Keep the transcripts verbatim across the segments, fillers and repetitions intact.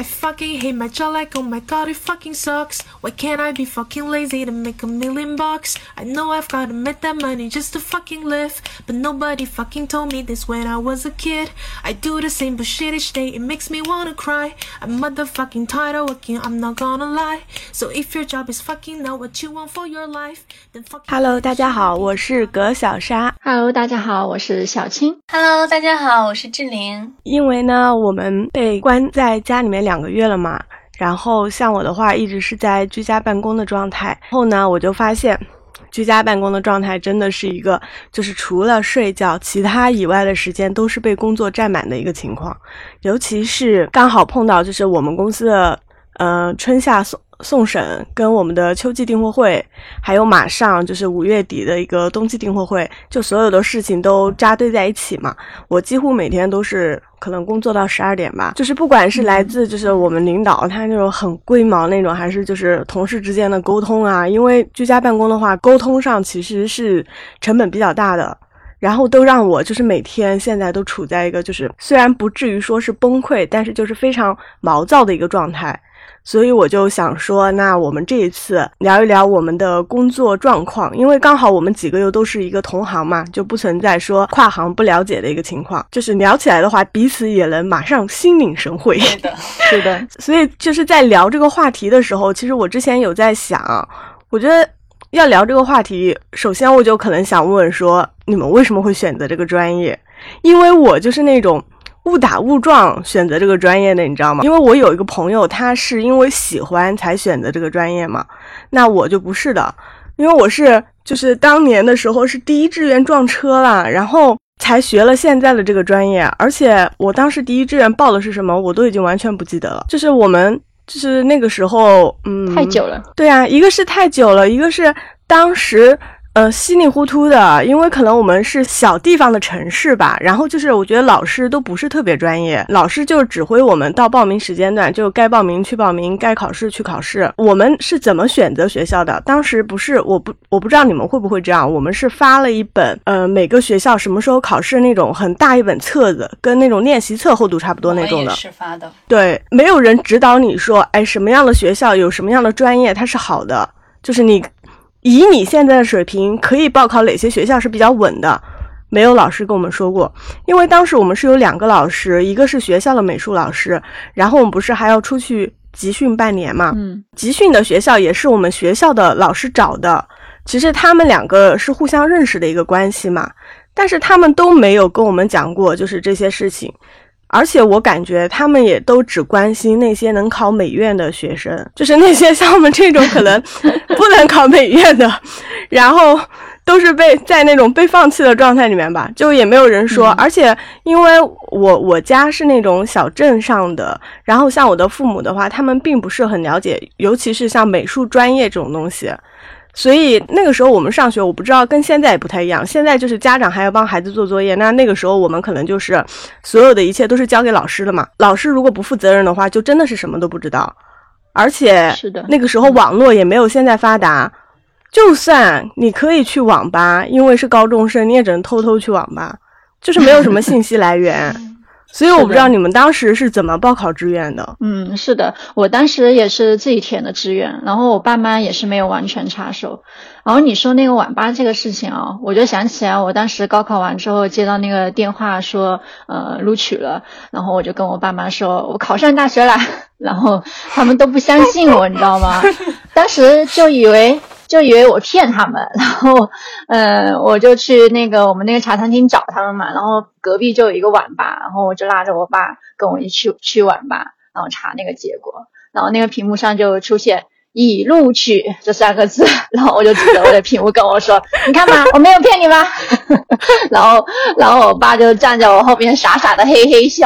I fucking hate my job like oh my god it fucking sucks. Why can't I be fucking lazy to make a million bucks? I know I've gotta make that money just to fucking live, but nobody fucking told me this when I was a kid. I do the same bullshit each day, it makes me wanna cry. I'm motherfucking tired of working, I'm not gonna lie. So if your job is fucking not what you want for your life, then fucking Hello 大家好，我是葛小莎。 Hello 大家好，我是小青。 Hello 大家好，我是志玲。 因为呢我们被关在家里面两个月了嘛，然后像我的话一直是在居家办公的状态，然后呢我就发现居家办公的状态真的是一个就是除了睡觉其他以外的时间都是被工作占满的一个情况。尤其是刚好碰到就是我们公司的呃春夏送送审跟我们的秋季订货会，还有马上就是五月底的一个冬季订货会，就所有的事情都扎堆在一起嘛。我几乎每天都是可能工作到十二点吧，就是不管是来自就是我们领导他那种很龟毛那种，还是就是同事之间的沟通啊，因为居家办公的话沟通上其实是成本比较大的，然后都让我就是每天现在都处在一个就是虽然不至于说是崩溃，但是就是非常毛躁的一个状态。所以我就想说，那我们这一次聊一聊我们的工作状况，因为刚好我们几个又都是一个同行嘛，就不存在说跨行不了解的一个情况，就是聊起来的话彼此也能马上心领神会。 是的是的， 所以就是在聊这个话题的时候，其实我之前有在想，我觉得要聊这个话题，首先我就可能想问说，你们为什么会选择这个专业？因为我就是那种误打误撞选择这个专业的，你知道吗？因为我有一个朋友他是因为喜欢才选择这个专业嘛，那我就不是的，因为我是就是当年的时候是第一志愿撞车了，然后才学了现在的这个专业，而且我当时第一志愿报的是什么我都已经完全不记得了。就是我们就是那个时候嗯， 太久了。 对啊，一个是太久了，一个是当时呃，稀里糊涂的，因为可能我们是小地方的城市吧，然后就是我觉得老师都不是特别专业，老师就指挥我们到报名时间段就该报名去报名，该考试去考试。我们是怎么选择学校的？当时不是我不我不知道你们会不会这样，我们是发了一本呃每个学校什么时候考试那种很大一本册子，跟那种练习册厚度差不多那种的。 我也是发的。 对，没有人指导你说，哎，什么样的学校有什么样的专业它是好的，就是你以你现在的水平可以报考哪些学校是比较稳的，没有老师跟我们说过。因为当时我们是有两个老师，一个是学校的美术老师，然后我们不是还要出去集训半年嘛，嗯，集训的学校也是我们学校的老师找的，其实他们两个是互相认识的一个关系嘛，但是他们都没有跟我们讲过就是这些事情。而且我感觉他们也都只关心那些能考美院的学生，就是那些像我们这种可能不能考美院的，然后都是被在那种被放弃的状态里面吧，就也没有人说、嗯、而且因为我我家是那种小镇上的，然后像我的父母的话他们并不是很了解，尤其是像美术专业这种东西，所以那个时候我们上学我不知道跟现在也不太一样，现在就是家长还要帮孩子做作业，那那个时候我们可能就是所有的一切都是交给老师的嘛，老师如果不负责任的话就真的是什么都不知道。而且是的， 那个时候网络也没有现在发达，就算你可以去网吧，因为是高中生你也只能偷偷去网吧，就是没有什么信息来源所以我不知道你们当时是怎么报考志愿的。 嗯，是的，我当时也是自己填的志愿，然后我爸妈也是没有完全插手。然后你说那个网吧这个事情啊，我就想起来我当时高考完之后接到那个电话说呃录取了，然后我就跟我爸妈说我考上大学了，然后他们都不相信我你知道吗？当时就以为就以为我骗他们，然后呃我就去那个我们那个茶餐厅找他们嘛，然后隔壁就有一个网吧，然后我就拉着我爸跟我一起去去网吧，然后查那个结果，然后那个屏幕上就出现已录取这三个字，然后我就指着我的屏幕跟我说你看吧，我没有骗你吗？然后然后我爸就站在我后边傻傻的嘿嘿笑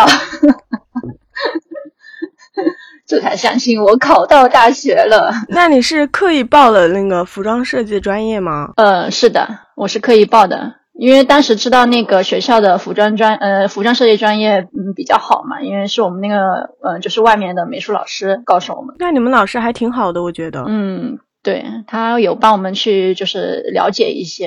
这才相信我考到大学了。 那你是刻意报了那个服装设计专业吗？ 呃，是的，我是刻意报的，因为当时知道那个学校的服装专呃服装设计专业嗯比较好嘛，因为是我们那个呃就是外面的美术老师告诉我们。 那你们老师还挺好的，我觉得。 嗯，对，他有帮我们去就是了解一些，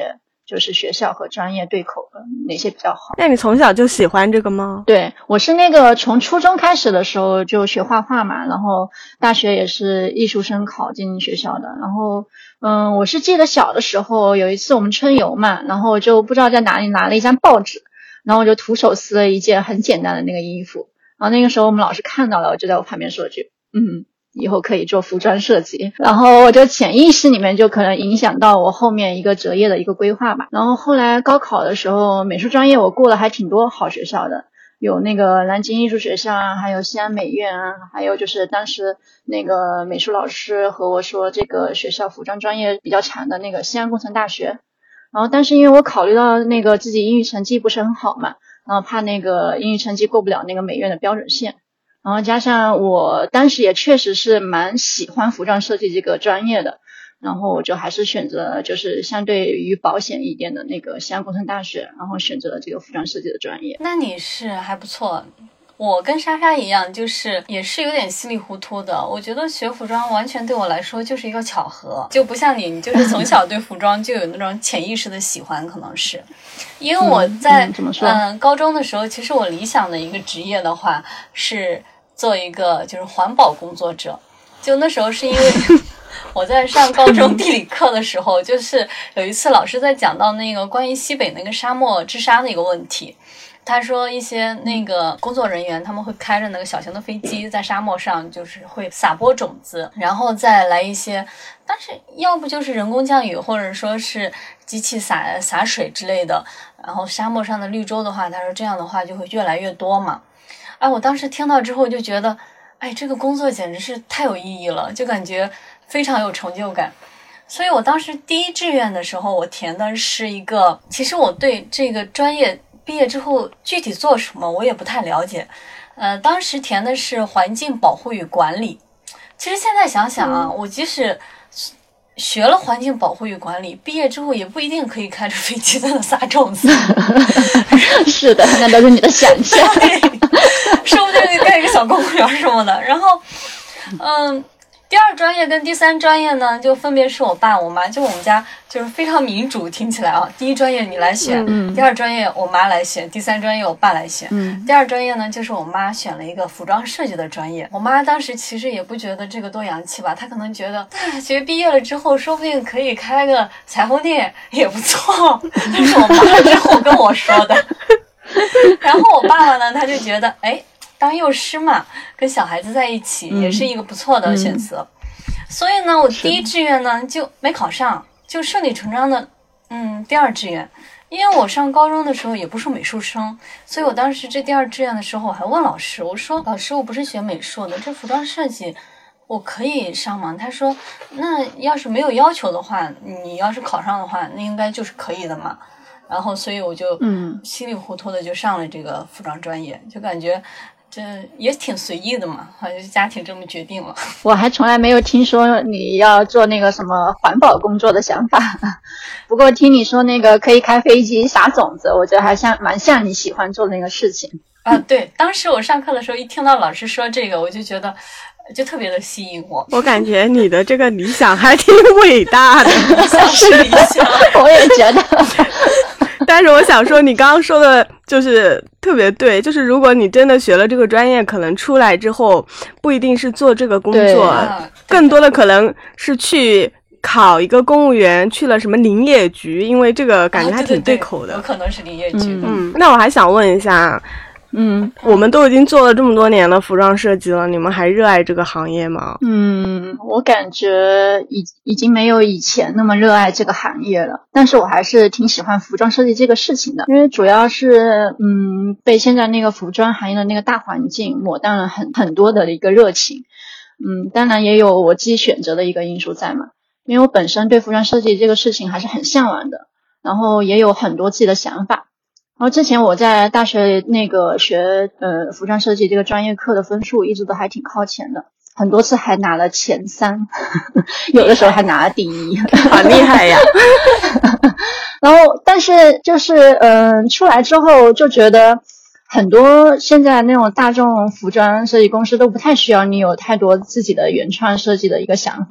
就是学校和专业对口的哪些比较好。 那你从小就喜欢这个吗？ 对，我是那个从初中开始的时候就学画画嘛，然后大学也是艺术生考进学校的。然后嗯，我是记得小的时候有一次我们春游嘛，然后就不知道在哪里拿了一张报纸，然后我就徒手撕了一件很简单的那个衣服。然后那个时候我们老师看到了，就在我旁边说一句嗯以后可以做服装设计，然后我就潜意识里面就可能影响到我后面一个择业的一个规划吧。然后后来高考的时候，美术专业我过了还挺多好学校的，有那个南京艺术学校啊，还有西安美院啊，还有就是当时那个美术老师和我说这个学校服装专业比较强的那个西安工程大学。然后但是因为我考虑到那个自己英语成绩不是很好嘛，然后怕那个英语成绩过不了那个美院的标准线，然后加上我当时也确实是蛮喜欢服装设计这个专业的，然后我就还是选择就是相对于保险一点的那个西安工程大学，然后选择了这个服装设计的专业。 那你是还不错。我跟莎莎一样，就是也是有点稀里糊涂的。我觉得学服装完全对我来说就是一个巧合，就不像你，你就是从小对服装就有那种潜意识的喜欢，可能是因为我在嗯、 嗯呃、高中的时候，其实我理想的一个职业的话是做一个就是环保工作者。就那时候是因为我在上高中地理课的时候，就是有一次老师在讲到那个关于西北那个沙漠治沙的一个问题。他说一些那个工作人员他们会开着那个小型的飞机在沙漠上就是会撒播种子，然后再来一些，但是要不就是人工降雨或者说是机器洒洒水之类的，然后沙漠上的绿洲的话，他说这样的话就会越来越多嘛。哎，我当时听到之后就觉得哎，这个工作简直是太有意义了，就感觉非常有成就感。所以我当时第一志愿的时候我填的是一个，其实我对这个专业毕业之后具体做什么我也不太了解，呃，当时填的是环境保护与管理。其实现在想想啊，嗯、我即使学了环境保护与管理，毕业之后也不一定可以开着飞机在那撒种子。 是的，那都是你的想象。 说不定就盖一个小公园什么的。然后，嗯。第二专业跟第三专业呢，就分别是我爸我妈，就我们家就是非常民主，听起来啊，第一专业你来选，嗯、第二专业我妈来选，第三专业我爸来选。嗯、第二专业呢，就是我妈选了一个服装设计的专业。我妈当时其实也不觉得这个多洋气吧，她可能觉得大学毕业了之后，说不定可以开个裁缝店也不错。这是我妈之后跟我说的。然后我爸爸呢，他就觉得，哎。当幼师嘛，跟小孩子在一起也是一个不错的选择。嗯、所以呢，我第一志愿呢就没考上，就顺理成章的，嗯，第二志愿。因为我上高中的时候也不是美术生，所以我当时这第二志愿的时候，我还问老师，我说：“老师，我不是学美术的，这服装设计我可以上吗？”他说：“那要是没有要求的话，你要是考上的话，那应该就是可以的嘛。”然后，所以我就嗯稀里糊涂的就上了这个服装专业，就感觉。这也挺随意的嘛，好像家庭这么决定了。 我还从来没有听说你要做那个什么环保工作的想法，不过听你说那个可以开飞机撒种子，我觉得还像蛮像你喜欢做的那个事情啊。对，当时我上课的时候一听到老师说这个，我就觉得就特别的吸引我。 我感觉你的这个理想还挺伟大的， 理想是理想， 我也觉得。 但是我想说，你刚刚说的就是特别对，就是如果你真的学了这个专业，可能出来之后不一定是做这个工作， 啊、 更多的可能是去考一个公务员，去了什么林业局，因为这个感觉还挺对口的。 有、啊、可能是林业局的。 嗯，那我还想问一下。嗯，我们都已经做了这么多年了服装设计了，你们还热爱这个行业吗？ 嗯，我感觉已已经没有以前那么热爱这个行业了，但是我还是挺喜欢服装设计这个事情的，因为主要是嗯被现在那个服装行业的那个大环境抹淡了很很多的一个热情。嗯，当然也有我自己选择的一个因素在嘛，因为我本身对服装设计这个事情还是很向往的，然后也有很多自己的想法。然后之前我在大学那个学呃服装设计这个专业课的分数一直都还挺靠前的，很多次还拿了前三，有的时候还拿了第一， 好厉害呀！ 然后但是就是嗯、呃、出来之后就觉得很多现在那种大众服装设计公司都不太需要你有太多自己的原创设计的一个想法，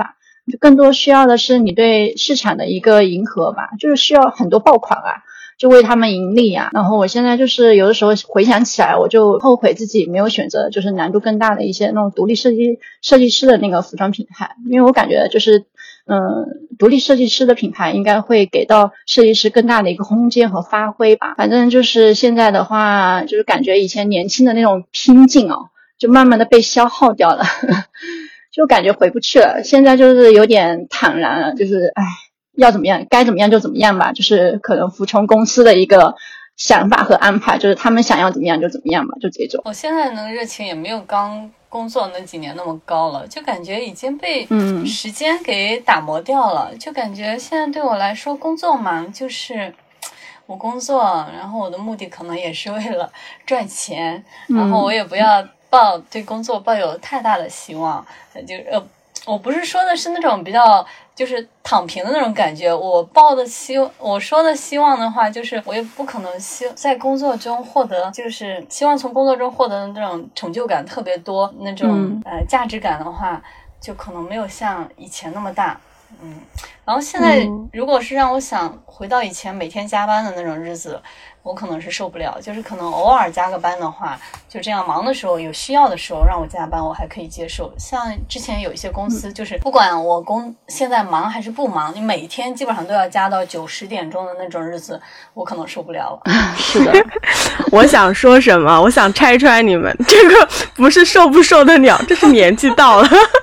更多需要的是你对市场的一个迎合吧，就是需要很多爆款啊，就为他们盈利啊。然后我现在就是有的时候回想起来，我就后悔自己没有选择就是难度更大的一些那种独立设计设计师的那个服装品牌，因为我感觉就是嗯，独立设计师的品牌应该会给到设计师更大的一个空间和发挥吧。反正就是现在的话，就是感觉以前年轻的那种拼劲哦，就慢慢的被消耗掉了就感觉回不去了。现在就是有点坦然了，就是唉，要怎么样该怎么样就怎么样吧，就是可能服从公司的一个想法和安排，就是他们想要怎么样就怎么样吧，就这种。 我现在那个热情也没有刚工作那几年那么高了，就感觉已经被时间给打磨掉了、嗯、就感觉现在对我来说工作嘛，就是我工作，然后我的目的可能也是为了赚钱、嗯、然后我也不要抱对工作抱有太大的希望，就呃，我不是说的是那种比较就是躺平的那种感觉，我抱的希我说的希望的话，就是我也不可能希在工作中获得，就是希望从工作中获得的那种成就感特别多，那种、嗯、呃价值感的话，就可能没有像以前那么大。嗯，然后现在如果是让我想回到以前每天加班的那种日子，我可能是受不了，就是可能偶尔加个班的话，就这样忙的时候有需要的时候让我加班我还可以接受。像之前有一些公司就是不管我工现在忙还是不忙，你每天基本上都要加到九十点钟的那种日子，我可能受不了了。 是的我想说什么，我想拆穿你们，这个不是受不受得了，这是年纪到了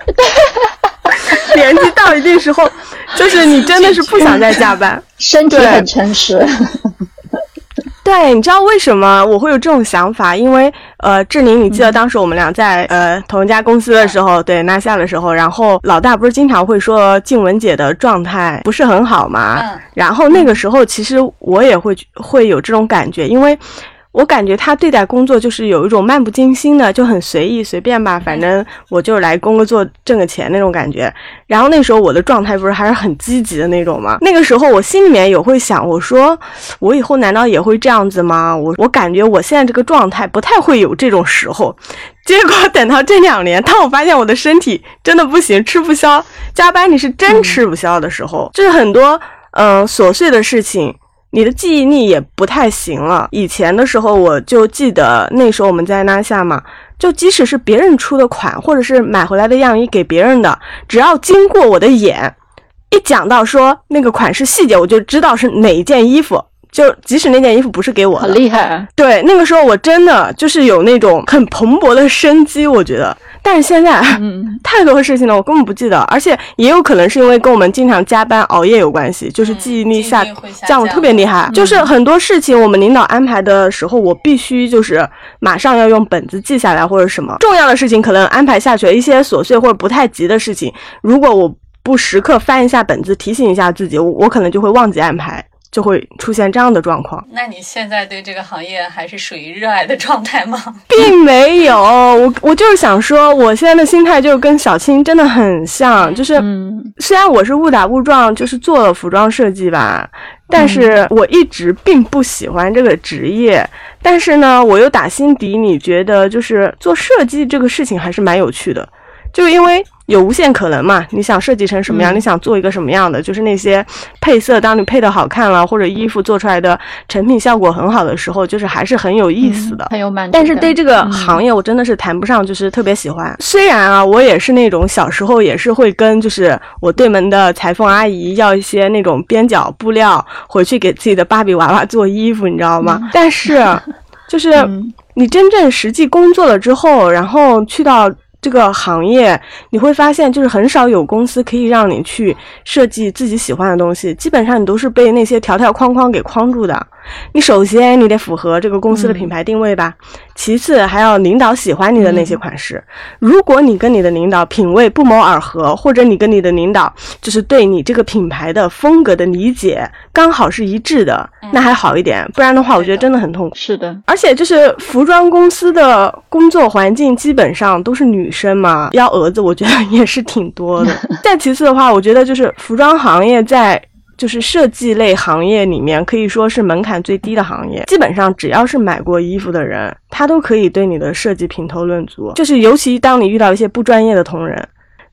年纪到一定时候，就是你真的是不想再加班， 身体很诚实。 对，你知道为什么我会有这种想法？因为呃，志宁，你记得当时我们俩在、嗯、呃同一家公司的时候，对纳夏的时候，然后老大不是经常会说静雯姐的状态不是很好嘛？嗯。然后那个时候，其实我也会会有这种感觉，因为我感觉他对待工作就是有一种漫不经心的，就很随意随便吧，反正我就是来工个作挣个钱那种感觉。然后那时候我的状态不是还是很积极的那种嘛，那个时候我心里面也会想，我说我以后难道也会这样子吗？我我感觉我现在这个状态不太会有这种时候。结果等到这两年，当我发现我的身体真的不行，吃不消，加班你是真吃不消的时候，就是很多嗯、呃、琐碎的事情你的记忆力也不太行了。以前的时候我就记得那时候我们在纳夏嘛，就即使是别人出的款或者是买回来的样衣给别人的，只要经过我的眼，一讲到说那个款式细节，我就知道是哪一件衣服，就即使那件衣服不是给我的。 很厉害。 对，那个时候我真的就是有那种很蓬勃的生机，我觉得。但是现在、嗯、太多事情了，我根本不记得，而且也有可能是因为跟我们经常加班熬夜有关系，就是记忆力下、嗯、降得特别厉害、嗯、就是很多事情我们领导安排的时候，我必须就是马上要用本子记下来，或者什么重要的事情可能安排下去了，一些琐碎或者不太急的事情，如果我不时刻翻一下本子提醒一下自己，我我可能就会忘记安排，就会出现这样的状况。 那你现在对这个行业还是属于热爱的状态吗？ 并没有，我我就是想说，我现在的心态就跟小青真的很像，就是、嗯、虽然我是误打误撞就是做了服装设计吧，但是我一直并不喜欢这个职业，但是呢，我又打心底里觉得就是做设计这个事情还是蛮有趣的，就因为有无限可能嘛，你想设计成什么样、嗯、你想做一个什么样的，就是那些配色当你配的好看了，或者衣服做出来的成品效果很好的时候，就是还是很有意思的、 嗯、很有满足感。 但是对这个行业我真的是谈不上就是特别喜欢、嗯、虽然啊我也是那种小时候也是会跟就是我对门的裁缝阿姨要一些那种边角布料回去给自己的芭比娃娃做衣服，你知道吗、嗯、但是就是你真正实际工作了之后，然后去到这个行业，你会发现就是很少有公司可以让你去设计自己喜欢的东西，基本上你都是被那些条条框框给框住的。你首先你得符合这个公司的品牌定位吧、嗯、其次还要领导喜欢你的那些款式、嗯、如果你跟你的领导品味不谋而合，或者你跟你的领导就是对你这个品牌的风格的理解刚好是一致的、嗯、那还好一点，不然的话我觉得真的很痛苦。 是的， 而且就是服装公司的工作环境基本上都是女生嘛，幺蛾子我觉得也是挺多的再其次的话，我觉得就是服装行业在就是设计类行业里面可以说是门槛最低的行业，基本上只要是买过衣服的人，他都可以对你的设计评头论足，就是尤其当你遇到一些不专业的同仁，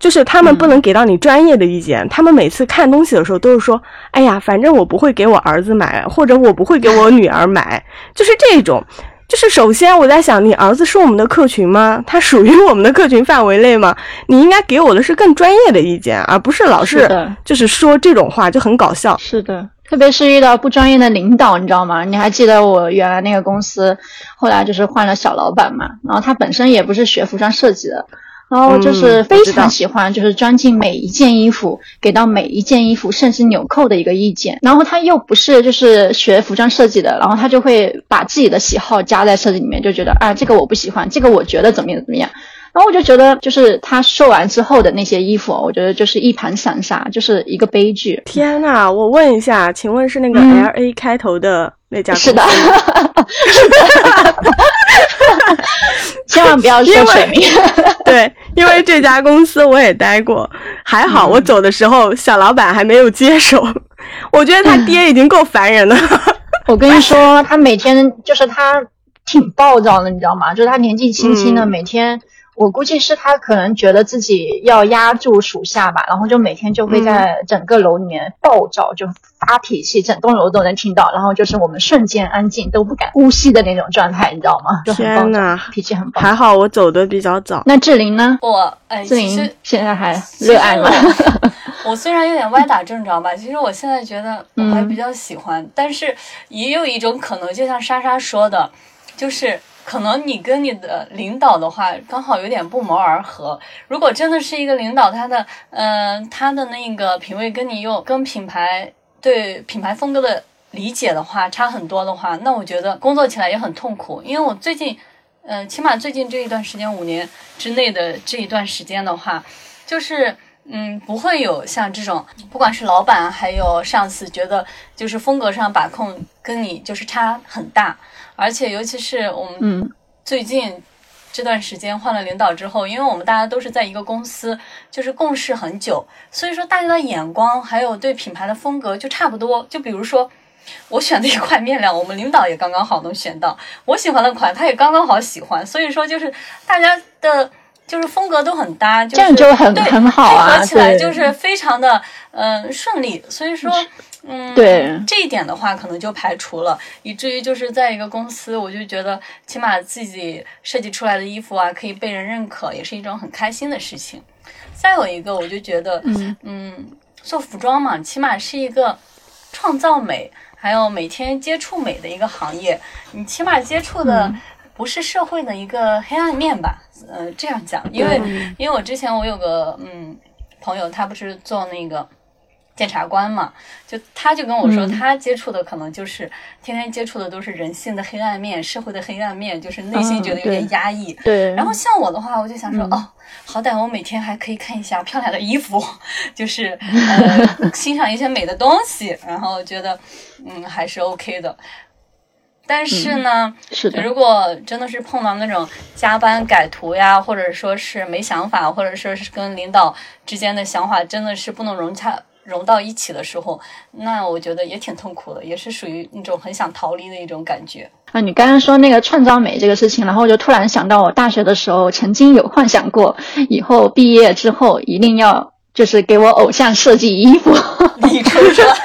就是他们不能给到你专业的意见、嗯、他们每次看东西的时候都是说，哎呀反正我不会给我儿子买，或者我不会给我女儿买，就是这种。就是首先我在想，你儿子是我们的客群吗？他属于我们的客群范围内吗？你应该给我的是更专业的意见，而不是老是就是说这种话，就很搞笑。 是的，特别是遇到不专业的领导，你知道吗？你还记得我原来那个公司后来就是换了小老板嘛，然后他本身也不是学服装设计的，然后就是非常喜欢就是钻进每一件衣服，给到每一件衣服甚至纽扣的一个意见，然后他又不是就是学服装设计的，然后他就会把自己的喜好加在设计里面，就觉得啊这个我不喜欢，这个我觉得怎么样怎么样。然后我就觉得就是他说完之后的那些衣服，我觉得就是一盘散沙，就是一个悲剧。 天哪，我问一下，请问是那个 L A 开头的那家公司？ 是的是的千万不要说水名对，因为这家公司我也待过，还好我走的时候、嗯、小老板还没有接手，我觉得他爹已经够烦人了我跟你说他每天就是他挺暴躁的，你知道吗？就是他年纪轻轻的、嗯、每天我估计是他可能觉得自己要压住属下吧，然后就每天就会在整个楼里面暴躁、嗯、就发脾气，整栋楼都能听到，然后就是我们瞬间安静都不敢呼吸的那种状态，你知道吗？就很暴躁，脾气很暴躁。 还好我走的比较早。 那志玲呢？ 我哎， 志玲现在还热爱吗？ 我, 我虽然有点歪打正着吧，其实我现在觉得我还比较喜欢、嗯、但是也有一种可能，就像莎莎说的，就是可能你跟你的领导的话刚好有点不谋而合。如果真的是一个领导，他的嗯、呃，他的那个品味跟你又跟品牌对品牌风格的理解的话差很多的话，那我觉得工作起来也很痛苦。因为我最近嗯、呃，起码最近这一段时间五年之内的这一段时间的话，就是嗯，不会有像这种不管是老板还有上司觉得就是风格上把控跟你就是差很大。而且尤其是我们最近这段时间换了领导之后，因为我们大家都是在一个公司就是共事很久，所以说大家的眼光还有对品牌的风格就差不多。就比如说我选的一块面料，我们领导也刚刚好能选到，我喜欢的款他也刚刚好喜欢，所以说就是大家的就是风格都很搭，就是、 这样就很很好啊， 配合起来就是非常的嗯、呃、顺利。所以说嗯， 对， 这一点的话可能就排除了，以至于就是在一个公司，我就觉得起码自己设计出来的衣服啊可以被人认可，也是一种很开心的事情。再有一个我就觉得嗯嗯，做服装嘛，起码是一个创造美还有每天接触美的一个行业，你起码接触的不是社会的一个黑暗面吧，呃这样讲。因为因为我之前我有个嗯朋友，他不是做那个检察官嘛，就他就跟我说、嗯、他接触的可能就是天天接触的都是人性的黑暗面，社会的黑暗面，就是内心觉得有点压抑、嗯、 对, 对然后像我的话我就想说、嗯、哦，好歹我每天还可以看一下漂亮的衣服，就是呃欣赏一些美的东西，然后觉得嗯还是 OK 的。但是呢、嗯、 是的， 如果真的是碰到那种加班改图呀，或者说是没想法，或者说是跟领导之间的想法真的是不能融洽融到一起的时候，那我觉得也挺痛苦的，也是属于那种很想逃离的一种感觉啊。你刚刚说那个创造美这个事情，然后我就突然想到我大学的时候曾经有幻想过以后毕业之后一定要就是给我偶像设计衣服。 你说说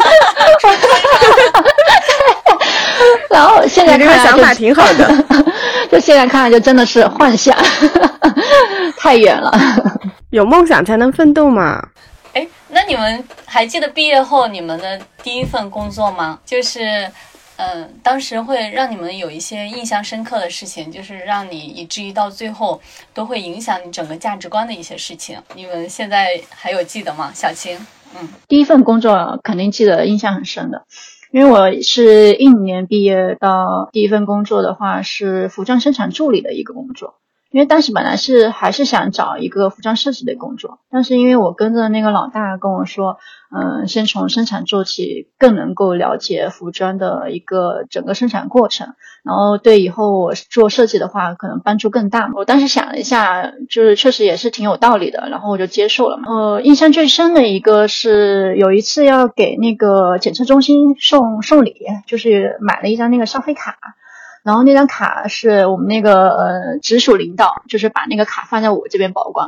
然后现在看来这个想法挺好的就现在看来就真的是幻想太远了。 有梦想才能奋斗嘛。 哎，那你们还记得毕业后你们的第一份工作吗？就是嗯、呃，当时会让你们有一些印象深刻的事情，就是让你以至于到最后都会影响你整个价值观的一些事情，你们现在还有记得吗？小青。嗯， 第一份工作肯定记得，印象很深的。因为我是一年毕业，到第一份工作的话是服装生产助理的一个工作。因为当时本来是还是想找一个服装设计的工作，但是因为我跟着那个老大跟我说，嗯，先从生产做起，更能够了解服装的一个整个生产过程，然后对以后我做设计的话可能帮助更大。我当时想了一下，就是确实也是挺有道理的，然后我就接受了嘛。呃，印象最深的一个是有一次要给那个检测中心送送礼，就是买了一张那个消费卡。然后那张卡是我们那个呃直属领导，就是把那个卡放在我这边保管嘛。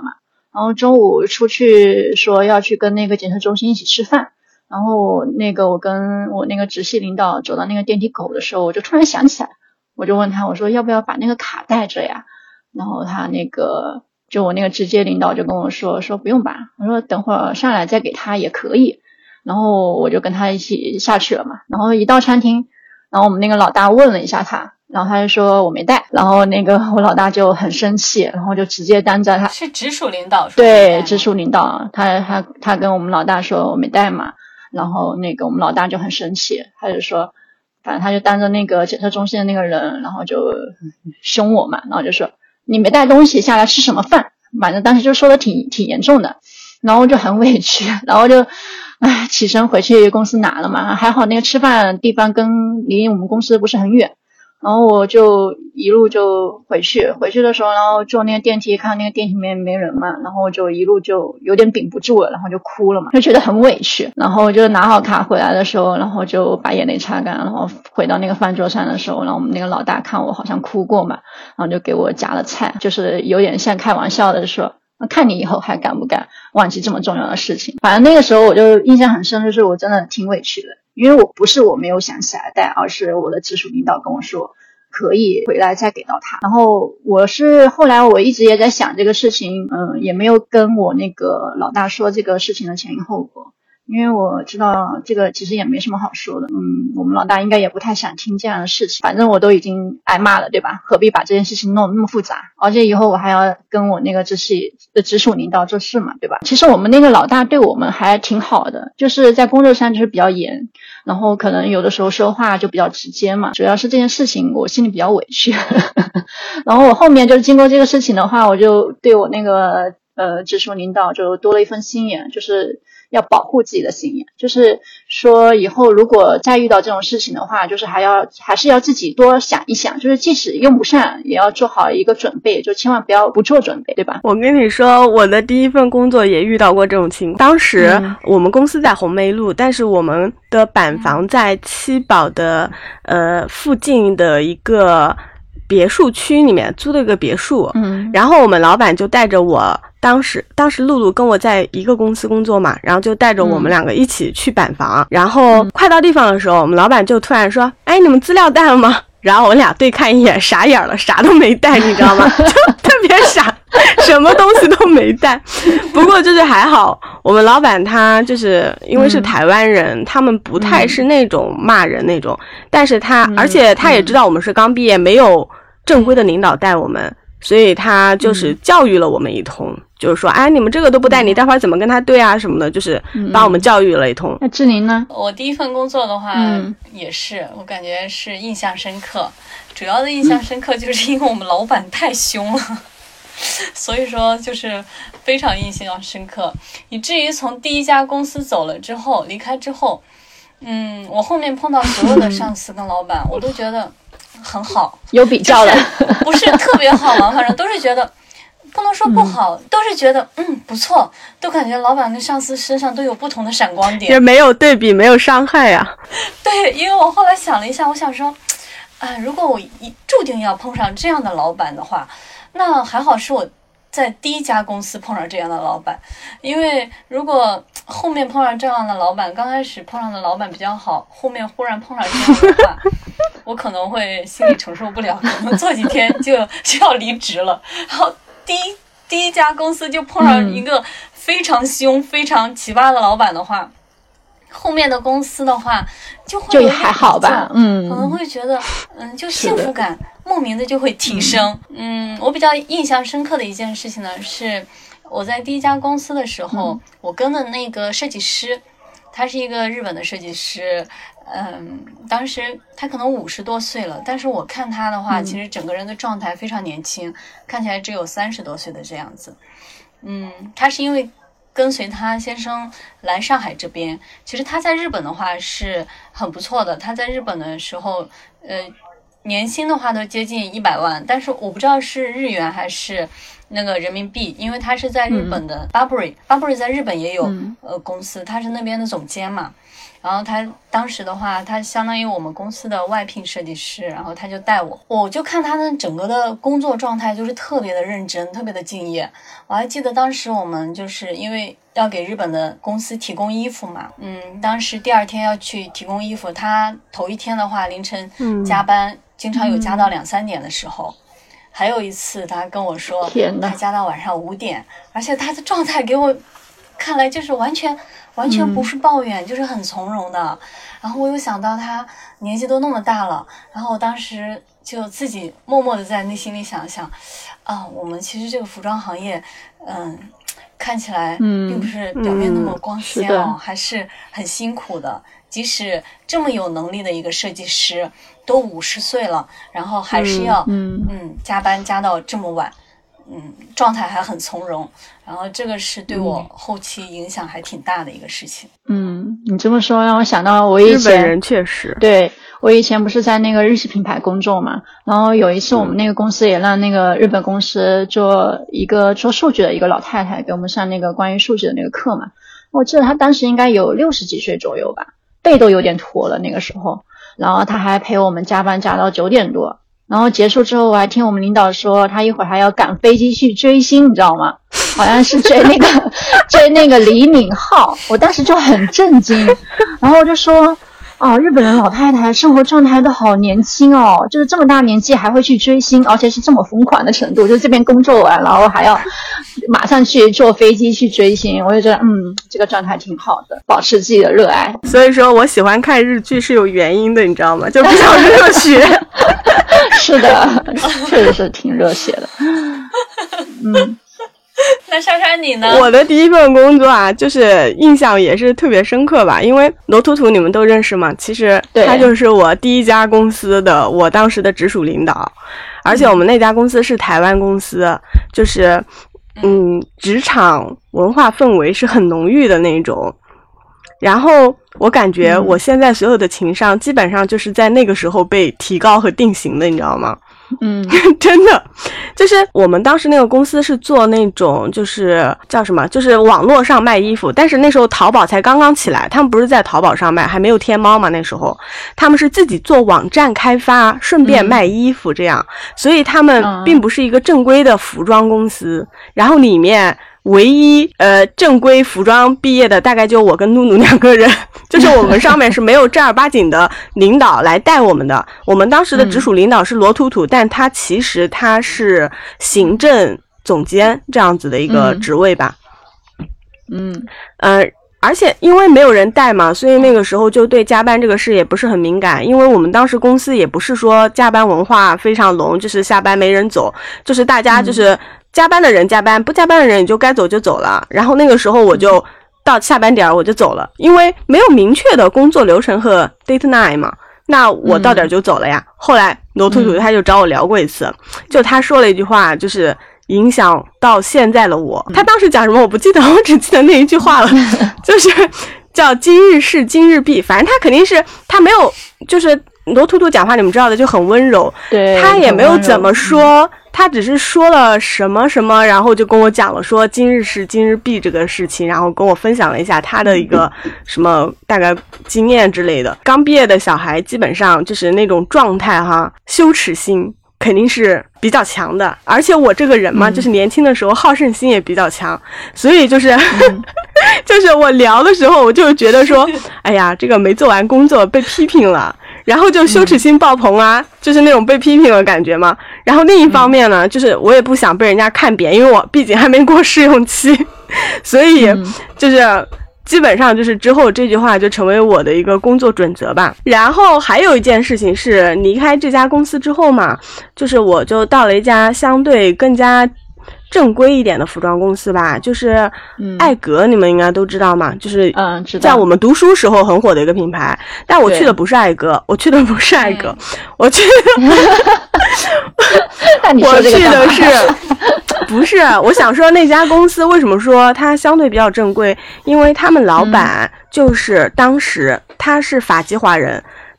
然后中午出去说要去跟那个检测中心一起吃饭，然后那个我跟我那个直系领导走到那个电梯口的时候，我就突然想起来，我就问他，我说要不要把那个卡带着呀？然后他那个就我那个直接领导就跟我说说不用吧，我说等会儿上来再给他也可以。然后我就跟他一起下去了嘛，然后一到餐厅，然后我们那个老大问了一下他，然后他就说我没带，然后那个我老大就很生气，然后就直接当着他是直属领导说对直属领导，他他他跟我们老大说我没带嘛，然后那个我们老大就很生气，他就说反正他就当着那个检测中心的那个人，然后就凶我嘛，然后就说你没带东西下来吃什么饭，反正当时就说的挺挺严重的，然后就很委屈，然后就唉起身回去公司拿了嘛，还好那个吃饭地方跟离我们公司不是很远，然后我就一路就回去，回去的时候，然后坐那个电梯，看那个电梯里面没人嘛，然后我就一路就有点顶不住了，然后就哭了嘛，就觉得很委屈，然后就拿好卡回来的时候，然后就把眼泪擦干，然后回到那个饭桌上的时候，然后我们那个老大看我好像哭过嘛，然后就给我夹了菜，就是有点像开玩笑的说看你以后还敢不敢忘记这么重要的事情。反正那个时候我就印象很深，就是我真的挺委屈的，因为我不是我没有想起来带，而是我的直属领导跟我说可以回来再给到他。然后我是后来我一直也在想这个事情，嗯，也没有跟我那个老大说这个事情的前因后果，因为我知道这个其实也没什么好说的，嗯，我们老大应该也不太想听这样的事情，反正我都已经挨骂了，对吧？何必把这件事情弄得那么复杂？而且以后我还要跟我那个直系的直属领导做事嘛，对吧？其实我们那个老大对我们还挺好的，就是在工作上就是比较严，然后可能有的时候说话就比较直接嘛，主要是这件事情我心里比较委屈然后我后面就是经过这个事情的话，我就对我那个呃直属领导就多了一份心眼，就是要保护自己的心眼，就是说以后如果再遇到这种事情的话，就是还要还是要自己多想一想，就是即使用不上也要做好一个准备，就千万不要不做准备，对吧？ 我跟你说，我的第一份工作也遇到过这种情况。当时我们公司在红梅路，但是我们的板房在七宝的呃附近的一个别墅区里面租了一个别墅，嗯，然后我们老板就带着我，当时当时露露跟我在一个公司工作嘛，然后就带着我们两个一起去板房，嗯，然后快到地方的时候，我们老板就突然说，哎，你们资料带了吗？然后我们俩对看一眼，傻眼了，啥都没带，你知道吗？就特别傻，什么东西都没带。不过就是还好，我们老板他就是因为是台湾人，嗯，他们不太是那种骂人那种，嗯，但是他，嗯，而且他也知道我们是刚毕业，没有正规的领导带我们，所以他就是教育了我们一通，嗯，就是说，哎，你们这个都不带，你待会儿怎么跟他对啊什么的，就是把我们教育了一通。 那志玲呢？ 我第一份工作的话，嗯，也是，我感觉是印象深刻。主要的印象深刻就是因为我们老板太凶了，所以说就是非常印象深刻，以至于从第一家公司走了之后，离开之后，嗯，我后面碰到所有的上司跟老板，我都觉得很好， 有比较的， 就是，不是特别好嘛，反正都是觉得。不能说不好，嗯，都是觉得嗯不错，都感觉老板跟上司身上都有不同的闪光点， 也没有对比，没有伤害呀，啊。 对，因为我后来想了一下，我想说，啊，如果我一注定要碰上这样的老板的话，那还好是我在第一家公司碰上这样的老板，因为如果后面碰上这样的老板，刚开始碰上的老板比较好，后面忽然碰上这样的话，我可能会心里承受不了，可能做几天就就要离职了，然后。第一第一家公司就碰上一个非常凶、嗯、非常奇葩的老板的话，后面的公司的话就会就还好吧，嗯， 可能会觉得嗯，就幸福感莫名的就会提升。嗯，我比较印象深刻的一件事情呢，是我在第一家公司的时候，嗯、我跟的那个设计师，他是一个日本的设计师。嗯，当时他可能五十多岁了，但是我看他的话，嗯、其实整个人的状态非常年轻，看起来只有三十多岁的这样子。嗯，他是因为跟随他先生来上海这边，其实他在日本的话是很不错的，他在日本的时候，呃，年薪的话都接近一百万，但是我不知道是日元还是那个人民币，因为他是在日本的 Burberry，Burberry、嗯、Burberry 在日本也有、嗯、呃公司，他是那边的总监嘛。然后他当时的话，他相当于我们公司的外聘设计师，然后他就带我，我就看他的整个的工作状态就是特别的认真，特别的敬业。我还记得当时我们就是因为要给日本的公司提供衣服嘛，嗯，当时第二天要去提供衣服，他头一天的话凌晨加班，嗯、经常有加到两三点的时候。嗯还有一次他跟我说他加到晚上五点，而且他的状态给我看来就是完全完全不是抱怨、嗯、就是很从容的。然后我又想到他年纪都那么大了，然后我当时就自己默默的在内心里想想啊，我们其实这个服装行业嗯看起来并不是表面那么光鲜哦、嗯嗯、还是很辛苦的。即使这么有能力的一个设计师都五十岁了，然后还是要 嗯, 嗯加班加到这么晚，嗯状态还很从容，然后这个是对我后期影响还挺大的一个事情。 嗯，你这么说让我想到我以前日本人确实， 对，我以前不是在那个日系品牌工作嘛，然后有一次我们那个公司也让那个日本公司做一个做数据的一个老太太给我们上那个关于数据的那个课嘛，我记得她当时应该有六十几岁左右吧，背都有点驼了那个时候，然后他还陪我们加班加到九点多，然后结束之后我还听我们领导说他一会儿还要赶飞机去追星，你知道吗？好像是追那个追那个李敏镐，我当时就很震惊，然后我就说哦，日本人老太太生活状态都好年轻哦，就是这么大年纪还会去追星，而且是这么疯狂的程度，就这边工作完然后还要马上去坐飞机去追星，我就觉得嗯，这个状态挺好的，保持自己的热爱。 所以说我喜欢看日剧是有原因的，你知道吗？就比较热血。 是的，确实是挺热血的。嗯。 那莎莎你呢？ 我的第一份工作啊，就是印象也是特别深刻吧，因为罗图图你们都认识嘛，其实他就是我第一家公司的我当时的直属领导，而且我们那家公司是台湾公司，就是嗯，职场文化氛围是很浓郁的那种。然后我感觉我现在所有的情商基本上就是在那个时候被提高和定型的，你知道吗？ 嗯， 真的，就是我们当时那个公司是做那种就是叫什么，就是网络上卖衣服，但是那时候淘宝才刚刚起来，他们不是在淘宝上卖，还没有天猫嘛，那时候他们是自己做网站开发，顺便卖衣服这样，嗯、所以他们并不是一个正规的服装公司，然后里面唯一呃正规服装毕业的大概就我跟露露两个人，就是我们上面是没有正儿八经的领导来带我们的。我们当时的直属领导是罗图图，但他其实他是行政总监这样子的一个职位吧。 嗯呃而且因为没有人带嘛，所以那个时候就对加班这个事也不是很敏感，因为我们当时公司也不是说加班文化非常浓，就是下班没人走，就是大家就是加班的人加班，不加班的人你就该走就走了。然后那个时候我就到下班点我就走了，因为没有明确的工作流程和 deadline 嘛，那我到点就走了呀。后来罗图图他就找我聊过一次，就他说了一句话，就是影响到现在的我。他当时讲什么我不记得，我只记得那一句话了，就是叫今日事今日毕，反正他肯定是他没有，就是罗图图讲话你们知道的就很温柔， 对， 他也没有怎么说，他只是说了什么什么，然后就跟我讲了说今日事今日毕这个事情，然后跟我分享了一下他的一个什么大概经验之类的。刚毕业的小孩基本上就是那种状态哈，羞耻心肯定是比较强的，而且我这个人嘛、嗯、就是年轻的时候好胜心也比较强，所以就是、嗯、就是我聊的时候我就觉得说哎呀这个没做完工作被批评了，然后就羞耻心爆棚啊、嗯、就是那种被批评的感觉嘛。然后另一方面呢、嗯、就是我也不想被人家看扁，因为我毕竟还没过试用期，所以就是基本上就是之后这句话就成为我的一个工作准则吧。然后还有一件事情是离开这家公司之后嘛，就是我就到了一家相对更加正规一点的服装公司吧，就是艾格、嗯、你们应该都知道嘛，就是在我们读书时候很火的一个品牌。但我去的不是艾格，我去的不是艾格，我去的我去的是不是我想说那家公司为什么说它相对比较正规，因为他们老板就是当时他是法籍华人，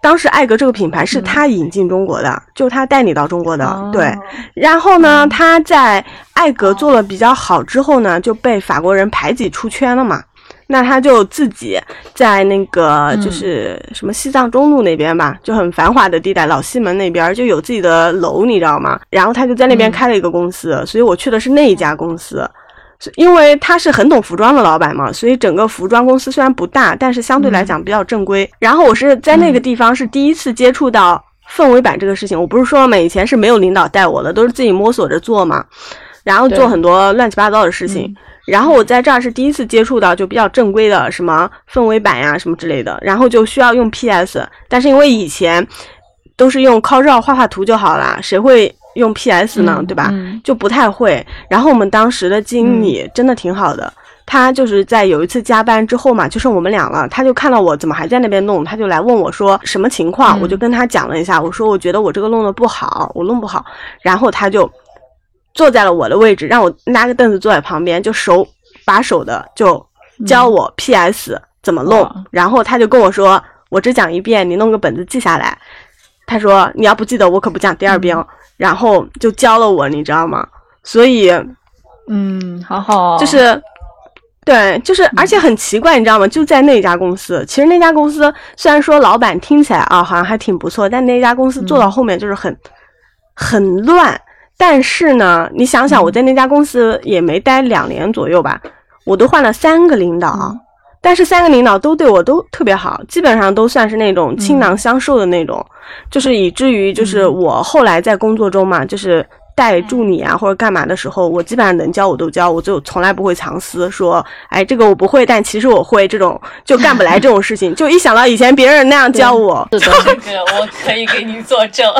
当时艾格这个品牌是他引进中国的，嗯、就他带你到中国的， 哦、 对。然后呢，他在艾格做了比较好之后呢，就被法国人排挤出圈了嘛。那他就自己在那个就是什么西藏中路那边吧，嗯、就很繁华的地带，老西门那边就有自己的楼，你知道吗？然后他就在那边开了一个公司，嗯、所以我去的是那一家公司。因为他是很懂服装的老板嘛，所以整个服装公司虽然不大，但是相对来讲比较正规。嗯、然后我是在那个地方是第一次接触到氛围版这个事情。我不是说嘛，以前是没有领导带我的，都是自己摸索着做嘛，然后做很多乱七八糟的事情。然后我在这儿是第一次接触到就比较正规的什么氛围版呀什么之类的，然后就需要用 P S， 但是因为以前都是用 Corel 画画图就好了，谁会用 P S 呢， 嗯、 对吧、 嗯？ 就不太会。然后我们当时的经理真的挺好的，嗯、他就是在有一次加班之后嘛，就剩我们俩了，他就看到我怎么还在那边弄，他就来问我说什么情况，嗯、我就跟他讲了一下，我说我觉得我这个弄得不好，我弄不好，然后他就坐在了我的位置，让我拉个凳子坐在旁边，就手把手的就教我 P S 怎么弄、嗯、然后他就跟我说我只讲一遍，你弄个本子记下来，他说你要不记得我可不讲第二遍、嗯、然后就教了我，你知道吗？所以嗯，好好， 就是对，就是而且很奇怪、嗯、你知道吗？就在那家公司，其实那家公司虽然说老板听起来啊好像还挺不错，但那家公司做到后面就是很、嗯、很乱。但是呢，你想想，我在那家公司也没待两年左右吧，我都换了三个领导，嗯、但是三个领导都对我都特别好，基本上都算是那种倾囊相授的那种，嗯、就是以至于就是我后来在工作中嘛，就是带助理啊或者干嘛的时候，我基本上能教我都教，我就从来不会藏私说，哎，这个我不会，但其实我会，这种就干不来这种事情。就一想到以前别人那样教我， 这个我可以给你作证。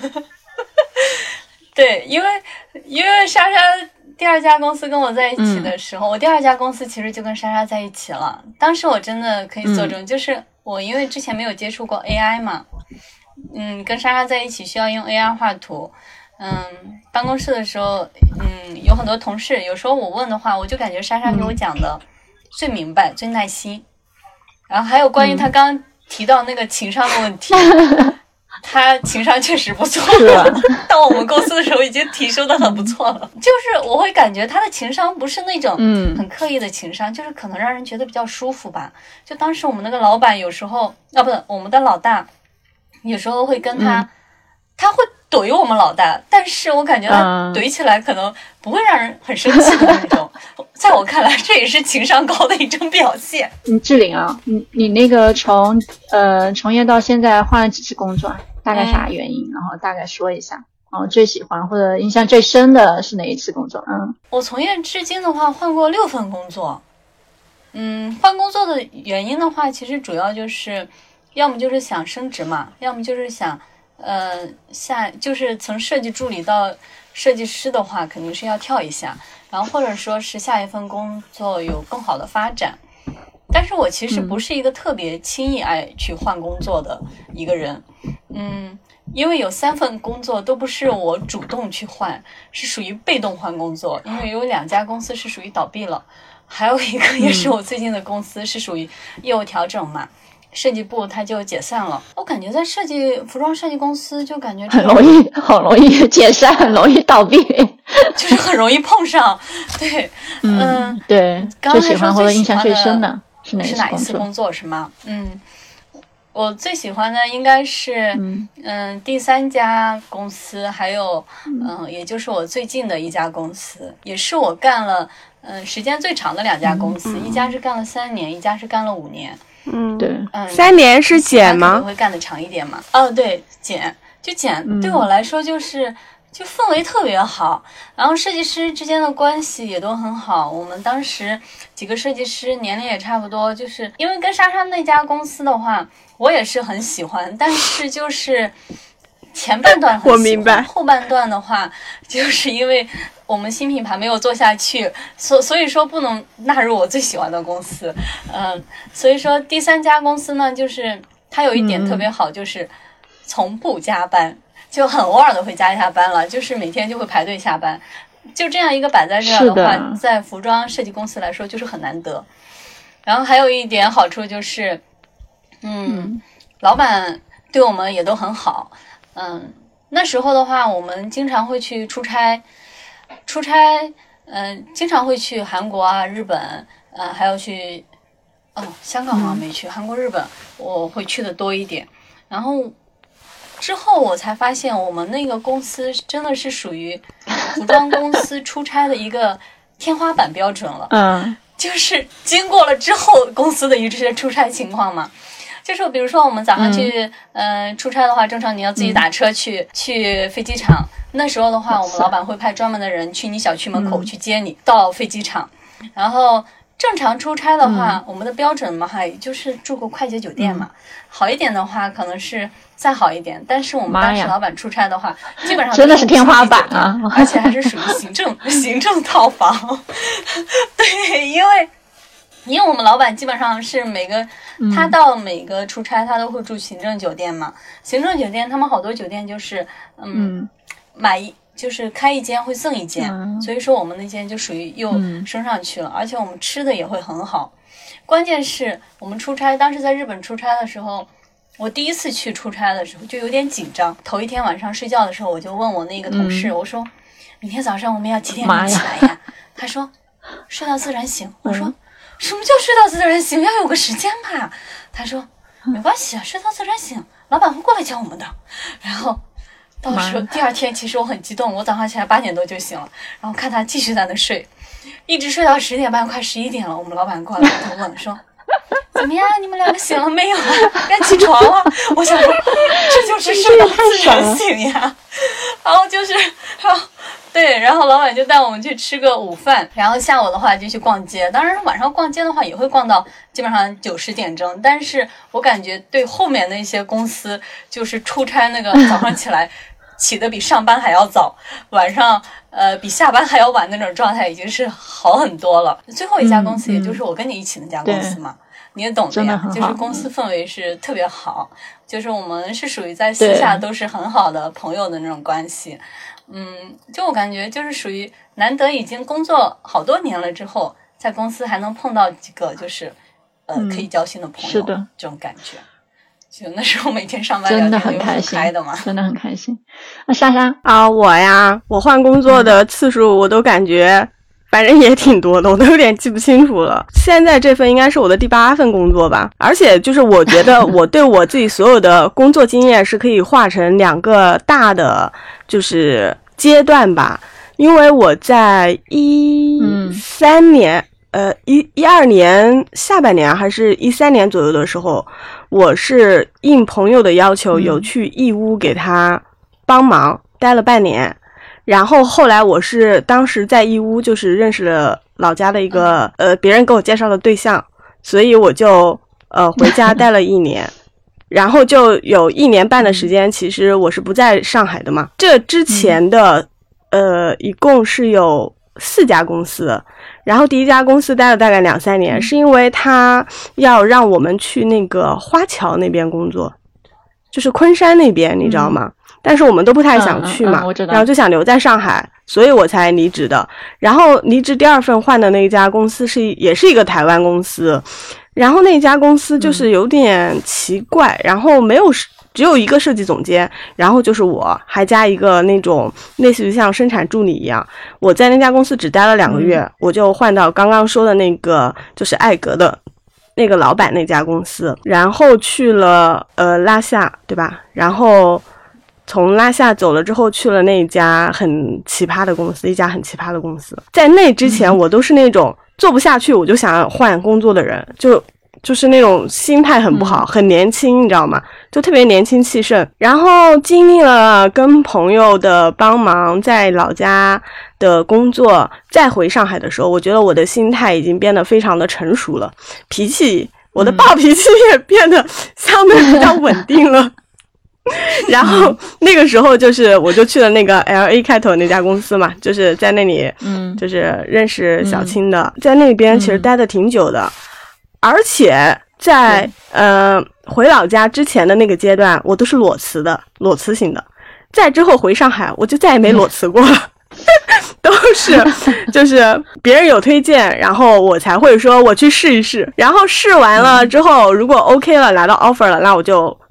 对，因为因为莎莎第二家公司跟我在一起的时候、嗯、我第二家公司其实就跟莎莎在一起了。当时我真的可以作证、嗯、就是我因为之前没有接触过 A I 嘛，嗯，跟莎莎在一起需要用 A I 画图，嗯，办公室的时候嗯有很多同事，有时候我问的话，我就感觉莎莎给我讲的最明白、嗯、最耐心。然后还有关于他刚刚提到那个情商的问题、嗯他情商确实不错，到我们公司的时候已经提升的很不错了。就是我会感觉他的情商不是那种很刻意的情商、嗯、就是可能让人觉得比较舒服吧。就当时我们那个老板有时候啊不是我们的老大有时候会跟他、嗯、他会怼我们老大，但是我感觉他怼起来可能不会让人很生气的那种、嗯、在我看来这也是情商高的一种表现。 嗯，志玲啊，你你那个从呃从业到现在换了几次工作，大概啥原因、嗯、然后大概说一下，然后最喜欢或者印象最深的是哪一次工作？嗯， 我从业至今的话换过六份工作。嗯，换工作的原因的话其实主要就是要么就是想升职嘛，要么就是想呃下就是从设计助理到设计师的话肯定是要跳一下，然后或者说是下一份工作有更好的发展。但是我其实不是一个特别轻易爱去换工作的一个人，嗯，因为有三份工作都不是我主动去换，是属于被动换工作，因为有两家公司是属于倒闭了，还有一个也是我最近的公司是属于业务调整嘛，设计部它就解散了。我感觉在设计服装设计公司就感觉很容易很容易解散，很容易倒闭， 就是很容易碰上。对，嗯， 嗯对， 刚刚最喜欢或者印象最深的是哪是哪一次工作是吗？嗯，我最喜欢的应该是嗯、呃、第三家公司，还有嗯、呃、也就是我最近的一家公司，也是我干了嗯、呃、时间最长的两家公司、嗯、一家是干了三年，一家是干了五年。 嗯， 对， 嗯，三年是减吗？ 会干得长一点嘛？哦，对，减就减、嗯、对我来说就是就氛围特别好，然后设计师之间的关系也都很好。我们当时几个设计师年龄也差不多，就是因为跟莎莎那家公司的话，我也是很喜欢，但是就是前半段很喜欢， 我明白， 后半段的话，就是因为我们新品牌没有做下去，所所以说不能纳入我最喜欢的公司。嗯，所以说第三家公司呢，就是它有一点特别好，就是从不加班。嗯，就很偶尔的会加一下班了，就是每天就会排队下班，就这样一个摆在这儿的话，在服装设计公司来说就是很难得。然后还有一点好处就是，嗯，嗯老板对我们也都很好。嗯，那时候的话，我们经常会去出差，出差，嗯、呃，经常会去韩国啊、日本，呃，还有去，哦，香港好像没去，嗯、韩国、日本我会去的多一点。然后之后我才发现，我们那个公司真的是属于服装公司出差的一个天花板标准了。 嗯， 就是经过了之后公司的一些出差情况嘛。就是比如说我们早上去，嗯、呃，出差的话，正常你要自己打车去、嗯、去飞机场。那时候的话，我们老板会派专门的人去你小区门口去接你、嗯、到飞机场。然后正常出差的话、嗯，我们的标准嘛，哈，也就是住个快捷酒店嘛。嗯、好一点的话，可能是再好一点。但是我们当时老板出差的话，基本上真的是天花板啊， 而且还是属于行政行政套房。对，因为。因为我们老板基本上是每个、嗯、他到每个出差他都会住行政酒店嘛，行政酒店他们好多酒店就是嗯, 嗯买一就是开一间会赠一间、嗯、所以说我们那间就属于又升上去了、嗯、而且我们吃的也会很好。关键是我们出差当时在日本出差的时候，我第一次去出差的时候就有点紧张，头一天晚上睡觉的时候我就问我那个同事、嗯、我说明天早上我们要几点钟起来 呀, 呀他说睡到自然醒。我说、嗯什么叫睡到自然醒？要有个时间吧。他说没关系啊，睡到自然醒，老板会过来叫我们的。然后到时候第二天其实我很激动，我早上起来八点多就醒了，然后看他继续在那睡，一直睡到十点半快十一点了，我们老板过来就问说怎么样，你们两个醒了没有啊？该起床了。我想说这就是睡到自然醒呀。然后就是然后对，然后老板就带我们去吃个午饭，然后下午的话就去逛街。当然晚上逛街的话也会逛到基本上九十点钟，但是我感觉对后面的一些公司就是出差那个早上起来起得比上班还要早，晚上呃比下班还要晚那种状态已经是好很多了。最后一家公司也就是我跟你一起那家公司嘛、嗯嗯、你也懂的呀，就是公司氛围是特别好，就是我们是属于在私下都是很好的朋友的那种关系。嗯，就我感觉就是属于难得已经工作好多年了之后，在公司还能碰到几个就是呃、嗯、可以交心的朋友， 是的， 这种感觉。就那时候每天上班真的很开心的嘛， 真的很开心。那莎莎啊，我呀，我换工作的次数我都感觉、嗯、反正也挺多的，我都有点记不清楚了。现在这份应该是我的第八份工作吧，而且就是我觉得我对我自己所有的工作经验是可以划成两个大的就是阶段吧。因为我在一三年、嗯、呃一一二年下半年还是一三年左右的时候，我是应朋友的要求有去义乌给他帮忙、嗯、待了半年。然后后来我是当时在义乌就是认识了老家的一个呃别人给我介绍的对象，所以我就呃回家待了一年。然后就有一年半的时间其实我是不在上海的嘛。这之前的、嗯、呃一共是有四家公司，然后第一家公司待了大概两三年、嗯、是因为他要让我们去那个花桥那边工作，就是昆山那边你知道吗、嗯，但是我们都不太想去嘛、嗯嗯嗯、我知道，然后就想留在上海，所以我才离职的。然后离职第二份换的那一家公司是也是一个台湾公司，然后那家公司就是有点奇怪、嗯、然后没有只有一个设计总监，然后就是我还加一个那种类似于像生产助理一样。我在那家公司只待了两个月、嗯、我就换到刚刚说的那个就是艾格的那个老板那家公司，然后去了呃拉夏，对吧？然后从拉夏走了之后去了那一家很奇葩的公司，一家很奇葩的公司。在那之前我都是那种做不下去我就想换工作的人，就就是那种心态很不好、嗯、很年轻你知道吗，就特别年轻气盛。然后经历了跟朋友的帮忙，在老家的工作，再回上海的时候，我觉得我的心态已经变得非常的成熟了，脾气我的暴脾气也变得相对比较稳定了、嗯然后那个时候就是我就去了那个 L A 开头那家公司嘛，就是在那里嗯，就是认识小青的、嗯、在那边其实待的挺久的、嗯、而且在呃回老家之前的那个阶段我都是裸辞的，裸辞型的。在之后回上海我就再也没裸辞过了、嗯、都是就是别人有推荐，然后我才会说我去试一试，然后试完了之后如果 OK 了拿到 offer 了，那我就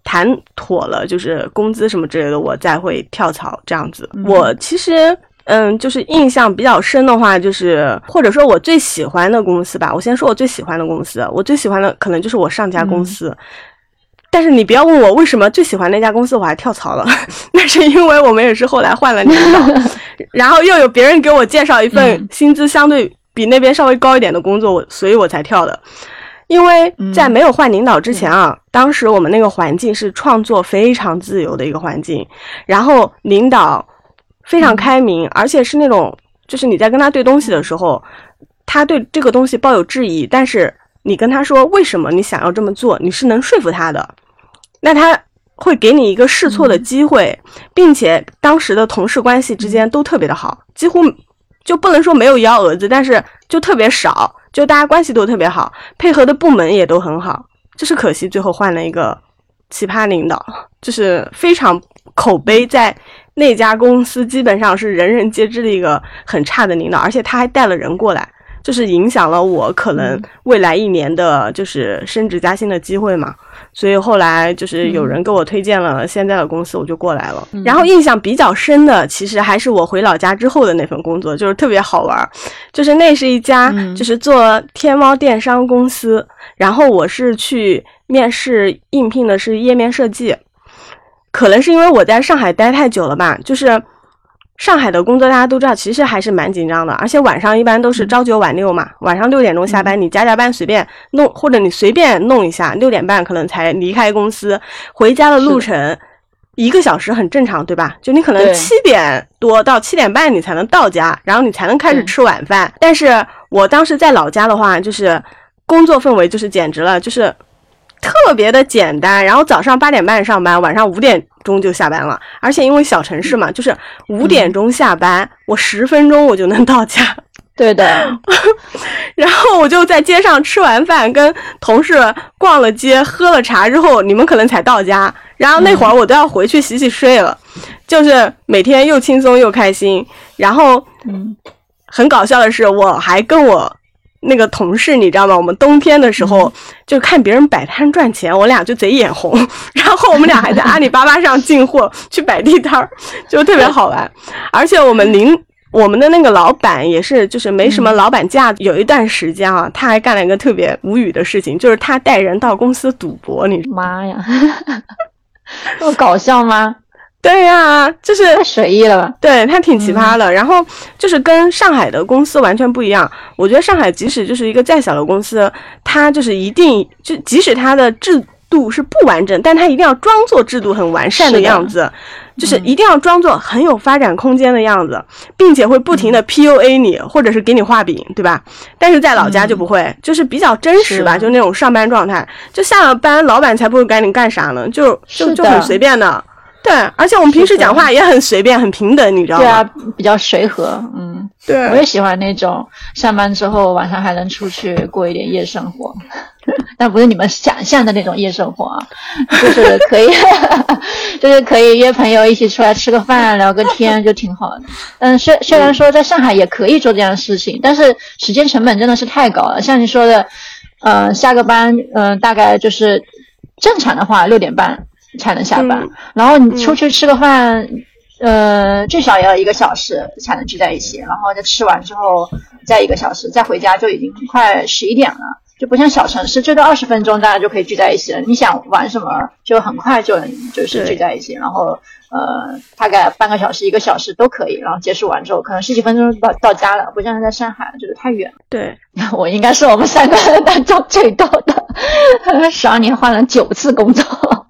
谈妥了，就是工资什么之类的，我再会跳槽这样子。嗯、我其实。嗯，就是印象比较深的话，就是或者说我最喜欢的公司吧。我先说我最喜欢的公司，我最喜欢的可能就是我上家公司。嗯、但是你不要问我为什么最喜欢那家公司我还跳槽了，那是因为我们也是后来换了领导，然后又有别人给我介绍一份薪资相对比那边稍微高一点的工作，所以我才跳的。因为在没有换领导之前啊，嗯、当时我们那个环境是创作非常自由的一个环境，然后领导非常开明，而且是那种就是你在跟他对东西的时候，他对这个东西抱有质疑，但是你跟他说为什么你想要这么做，你是能说服他的，那他会给你一个试错的机会，并且当时的同事关系之间都特别的好，几乎就不能说没有幺蛾子，但是就特别少，就大家关系都特别好，配合的部门也都很好，就是可惜最后换了一个奇葩领导，就是非常口碑在那家公司基本上是人人皆知的一个很差的领导，而且他还带了人过来，就是影响了我可能未来一年的就是升职加薪的机会嘛。所以后来就是有人给我推荐了现在的公司，我就过来了。嗯、然后印象比较深的其实还是我回老家之后的那份工作，就是特别好玩，就是那是一家就是做天猫电商公司，然后我是去面试应聘的是页面设计。可能是因为我在上海待太久了吧，就是上海的工作大家都知道其实还是蛮紧张的，而且晚上一般都是朝九晚六嘛，晚上六点钟下班，你加加班随便弄，或者你随便弄一下，六点半可能才离开公司，回家的路程一个小时很正常，对吧？就你可能七点多到七点半你才能到家，然后你才能开始吃晚饭。但是我当时在老家的话，就是工作氛围就是简直了，就是特别的简单，然后早上八点半上班，晚上五点钟就下班了，而且因为小城市嘛，就是五点钟下班，嗯、我十分钟我就能到家。 对的， 然后我就在街上吃完饭，跟同事逛了街，喝了茶之后，你们可能才到家，然后那会儿我都要回去洗洗睡了，嗯、就是每天又轻松又开心。然后，嗯，很搞笑的是，我还跟我那个同事你知道吗，我们冬天的时候、嗯、就看别人摆摊赚钱，我俩就贼眼红，然后我们俩还在阿里巴巴上进货去摆地摊，就特别好玩。而且我们邻我们的那个老板也是就是没什么老板架子、嗯、有一段时间啊，他还干了一个特别无语的事情，就是他带人到公司赌博。你妈呀，这么搞笑吗？ 对呀、啊，就是太随意了吧？ 对，他挺奇葩的、嗯。然后就是跟上海的公司完全不一样。我觉得上海即使就是一个再小的公司，它就是一定就即使它的制度是不完整，但它一定要装作制度很完善的样子，是就是一定要装作很有发展空间的样子，嗯、并且会不停的 P U A 你、嗯，或者是给你画饼，对吧？但是在老家就不会，嗯、就是比较真实吧，就那种上班状态。就下了班，老板才不会赶紧干啥呢，就就就很随便的。对，而且我们平时讲话也很随便很平等，你知道吗？ 对啊，比较随和。嗯，对，我也喜欢那种上班之后晚上还能出去过一点夜生活，但不是你们想象的那种夜生活啊，就是可以就是可以约朋友一起出来吃个饭聊个天，就挺好的。嗯，虽虽然说在上海也可以做这样的事情，但是时间成本真的是太高了。像你说的呃下个班嗯、呃、大概就是正常的话六点半才能下班、嗯、然后你出去吃个饭、嗯、呃，最少也要一个小时才能聚在一起，然后再吃完之后再一个小时，再回家就已经快十一点了，就不像小城市最多二十分钟大家就可以聚在一起了，你想玩什么就很快就能就是聚在一起，然后呃大概半个小时一个小时都可以，然后结束完之后可能十几分钟到到家了，不像在上海就是太远了。 对， 我应该是我们三个人当中最多的，十二年换了九次工作。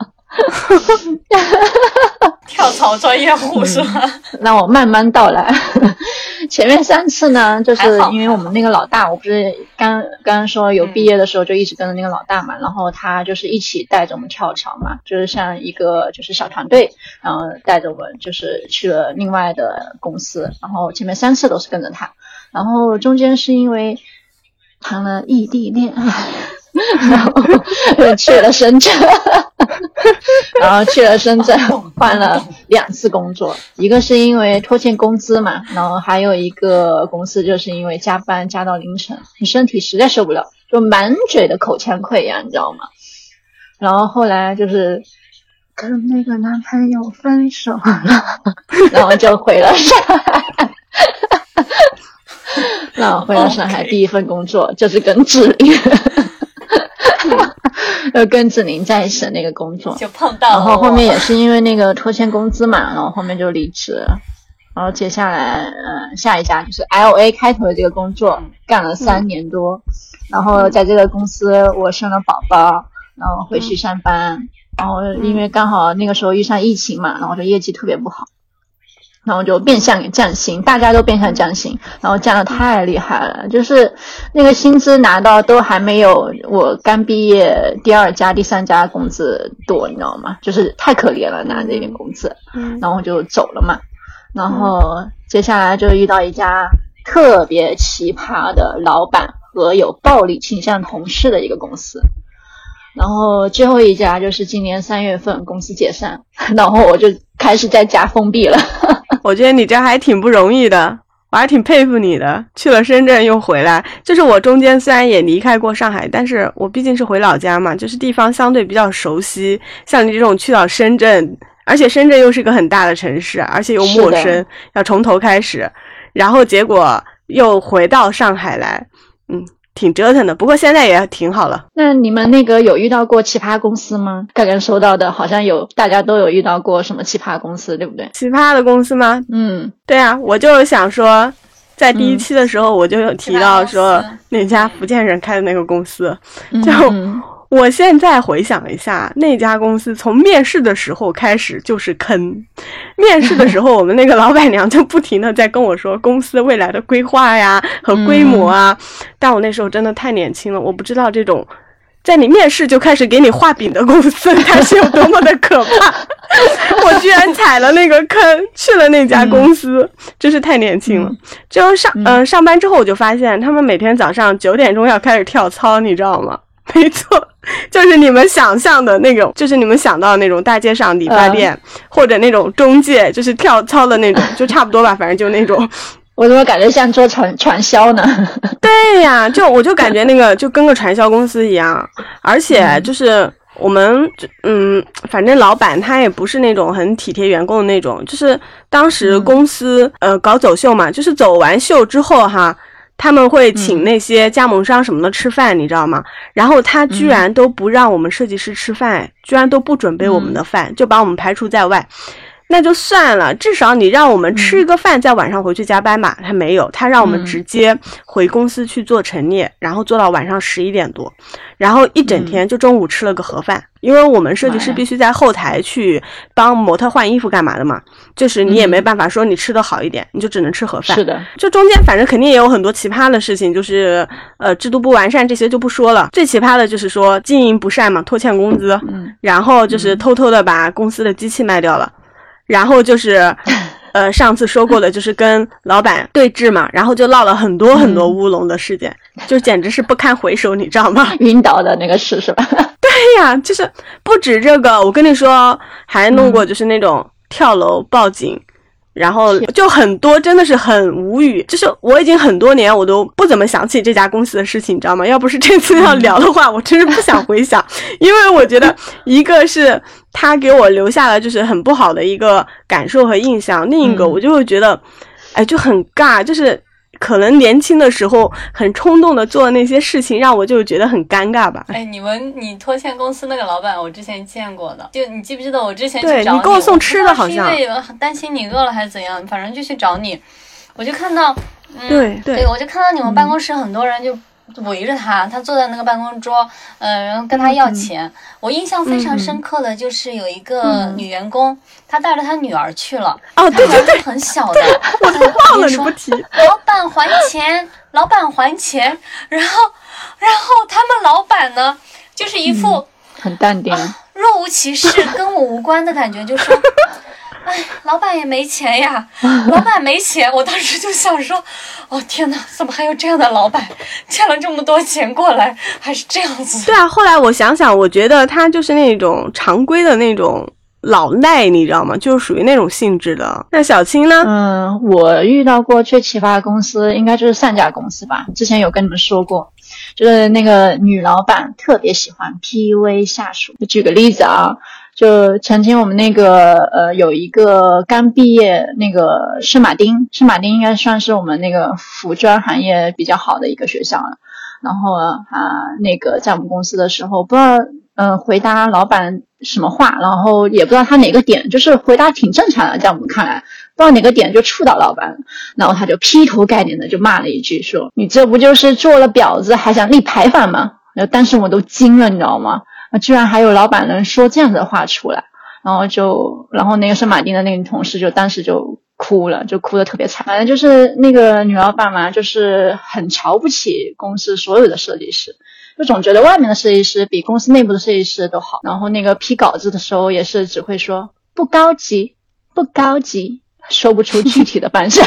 跳槽专业户是吗？ 那我慢慢道来。前面三次呢，就是因为我们那个老大，我不是刚刚刚说有毕业的时候就一直跟着那个老大嘛、嗯，然后他就是一起带着我们跳槽嘛，就是像一个就是小团队，然后带着我们就是去了另外的公司，然后前面三次都是跟着他，然后中间是因为谈了异地恋爱。然后去了深圳，然后去了深圳换了两次工作，一个是因为拖欠工资嘛，然后还有一个公司就是因为加班加到凌晨，你身体实在受不了，就满嘴的口腔溃疡，你知道吗？然后后来就是跟那个男朋友分手了，然后就回了上海。然后回到上海，第一份工作就是跟志玲，呃，跟志玲在一起的那个工作， 就碰到了。 然后后面也是因为那个拖欠工资嘛，然后后面就离职了。然后接下来，呃，下一家就是 L A 开头的这个工作，干了三年多。然后在这个公司，我生了宝宝，然后回去上班。然后因为刚好那个时候遇上疫情嘛，然后就业绩特别不好。然后就变相降薪，大家都变相降薪，然后降得太厉害了，就是那个薪资拿到都还没有我刚毕业第二家、第三家工资多，你知道吗？就是太可怜了，拿这点工资，然后就走了嘛。然后接下来就遇到一家特别奇葩的老板和有暴力倾向同事的一个公司。然后最后一家就是今年三月份公司解散，然后我就开始在家封闭了。 我觉得你这还挺不容易的，我还挺佩服你的，去了深圳又回来。就是我中间虽然也离开过上海，但是我毕竟是回老家嘛，就是地方相对比较熟悉。像你这种去到深圳，而且深圳又是个很大的城市，而且又陌生，要从头开始，然后结果又回到上海来，嗯。挺折腾的，不过现在也挺好了。 那你们那个有遇到过奇葩公司吗？刚刚收到的好像有，大家都有遇到过什么奇葩公司，对不对？ 奇葩的公司吗？ 嗯， 对啊，我就想说，在第一期的时候我就有提到说、嗯、那家福建人开的那个公司，就、嗯、我现在回想一下，那家公司从面试的时候开始就是坑。面试的时候，我们那个老板娘就不停的在跟我说公司未来的规划呀和规模啊、嗯、但我那时候真的太年轻了，我不知道这种在你面试就开始给你画饼的公司它是有多么的可怕。我居然踩了那个坑去了那家公司、嗯、真是太年轻了。之后上嗯、呃、上班之后我就发现他们每天早上九点钟要开始跳操，你知道吗？没错，就是你们想象的那种，就是你们想到的那种大街上理发店、嗯、或者那种中介就是跳操的那种，就差不多吧，反正就那种。 我怎么感觉像做传传销呢？ 对呀，就我就感觉那个就跟个传销公司一样，而且就是我们嗯，反正老板他也不是那种很体贴员工的那种，就是当时公司、嗯、呃搞走秀嘛，就是走完秀之后哈。他们会请那些加盟商什么的吃饭、嗯、你知道吗？然后他居然都不让我们设计师吃饭、嗯、居然都不准备我们的饭、嗯、就把我们排除在外。那就算了，至少你让我们吃一个饭、嗯、再晚上回去加班吧。他没有，他让我们直接回公司去做陈列、嗯、然后做到晚上十一点多，然后一整天就中午吃了个盒饭、嗯、因为我们设计师必须在后台去帮模特换衣服干嘛的嘛，就是你也没办法说你吃的好一点、嗯、你就只能吃盒饭。 是的， 就中间反正肯定也有很多奇葩的事情，就是呃制度不完善这些就不说了，最奇葩的就是说经营不善嘛，拖欠工资、嗯、然后就是偷偷的把公司的机器卖掉了，然后就是呃上次说过的就是跟老板对峙嘛，然后就闹了很多很多乌龙的事件、嗯、就简直是不堪回首，你知道吗？ 晕倒的那个事是吧？ 对呀，就是不止这个，我跟你说还弄过就是那种跳楼报警、嗯，然后就很多，真的是很无语。就是我已经很多年我都不怎么想起这家公司的事情，你知道吗？要不是这次要聊的话，我真是不想回想，因为我觉得一个是他给我留下了就是很不好的一个感受和印象，另一个我就会觉得，哎，就很尬，就是可能年轻的时候很冲动的做的那些事情，让我就觉得很尴尬吧。 哎，你们你拖欠公司那个老板，我之前见过的，就你记不记得我之前去找你？ 对，你给我送吃的，好像是因为担心你饿了还是怎样，反正就去找你，我就看到，嗯， 对对， 对我就看到你们办公室很多人就围着他，他坐在那个办公桌，呃，然后跟他要钱。嗯、我印象非常深刻的就是有一个女员工，嗯、她带着她女儿去了。 哦，对对对， 很小的， 我都忘了，你不提。 老板还钱，老板还钱。然后，然后他们老板呢，就是一副、嗯、 很淡定、 啊，若无其事，跟我无关的感觉，就说。哎，老板也没钱呀，老板没钱，我当时就想说，哦天哪，怎么还有这样的老板，欠了这么多钱过来，还是这样子。 对啊，后来我想想，我觉得他就是那种常规的那种老赖，你知道吗？就是属于那种性质的。那小青呢？ 嗯，我遇到过最奇葩的公司，应该就是三家公司吧。之前有跟你们说过，就是那个女老板特别喜欢 P U A 下属。举个例子啊。 就曾经我们那个呃有一个刚毕业那个圣马丁，圣马丁应该算是我们那个服装行业比较好的一个学校了。然后啊、呃、那个在我们公司的时候，不知道嗯、呃、回答老板什么话，然后也不知道他哪个点，就是回答挺正常的，在我们看来不知道哪个点就触到老板了，然后他就劈头盖脸的就骂了一句说：“你这不就是做了婊子还想立牌坊吗？”然后当时我都惊了，你知道吗？居然还有老板能说这样的话出来，然后就然后那个圣马丁的那个女同事就当时就哭了，就哭得特别惨。反正就是那个女老板嘛，就是很瞧不起公司所有的设计师，就总觉得外面的设计师比公司内部的设计师都好。然后那个批稿子的时候也是只会说不高级不高级，说不出具体的办事。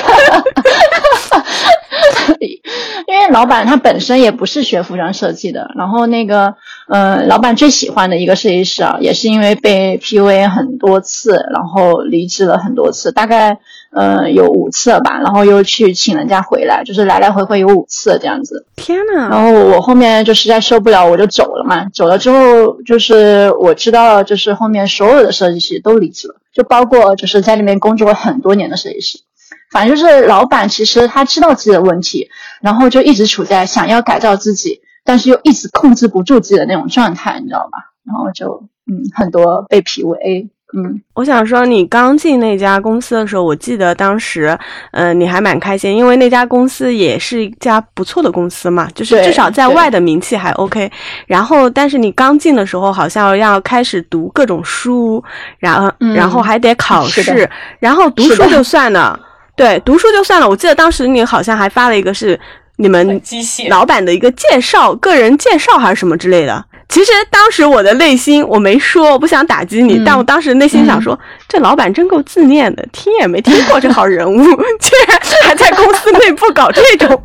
因为老板他本身也不是学服装设计的，然后那个呃，老板最喜欢的一个设计师啊，也是因为被 P U A 很多次，然后离职了很多次，大概呃有五次了吧，然后又去请人家回来，就是来来回回有五次这样子。 天哪！ 然后我后面就实在受不了，我就走了嘛。走了之后，就是我知道，就是后面所有的设计师都离职了，就包括就是在那边工作了很多年的设计师。反正就是老板其实他知道自己的问题，然后就一直处在想要改造自己，但是又一直控制不住自己的那种状态，你知道吧？然后就嗯很多被 P U A。嗯， 我想说，你刚进那家公司的时候，我记得当时，嗯、呃，你还蛮开心，因为那家公司也是一家不错的公司嘛，就是至少在外的名气还 OK。然后，但是你刚进的时候，好像要开始读各种书，然后，嗯、然后还得考试，然后读书就算了，对，读书就算了。我记得当时你好像还发了一个是你们老板的一个介绍，个人介绍还是什么之类的。其实当时我的内心我没说，我不想打击你、嗯、但我当时内心想说、嗯、这老板真够自恋的，听也没听过这号人物竟然还在公司内部搞这种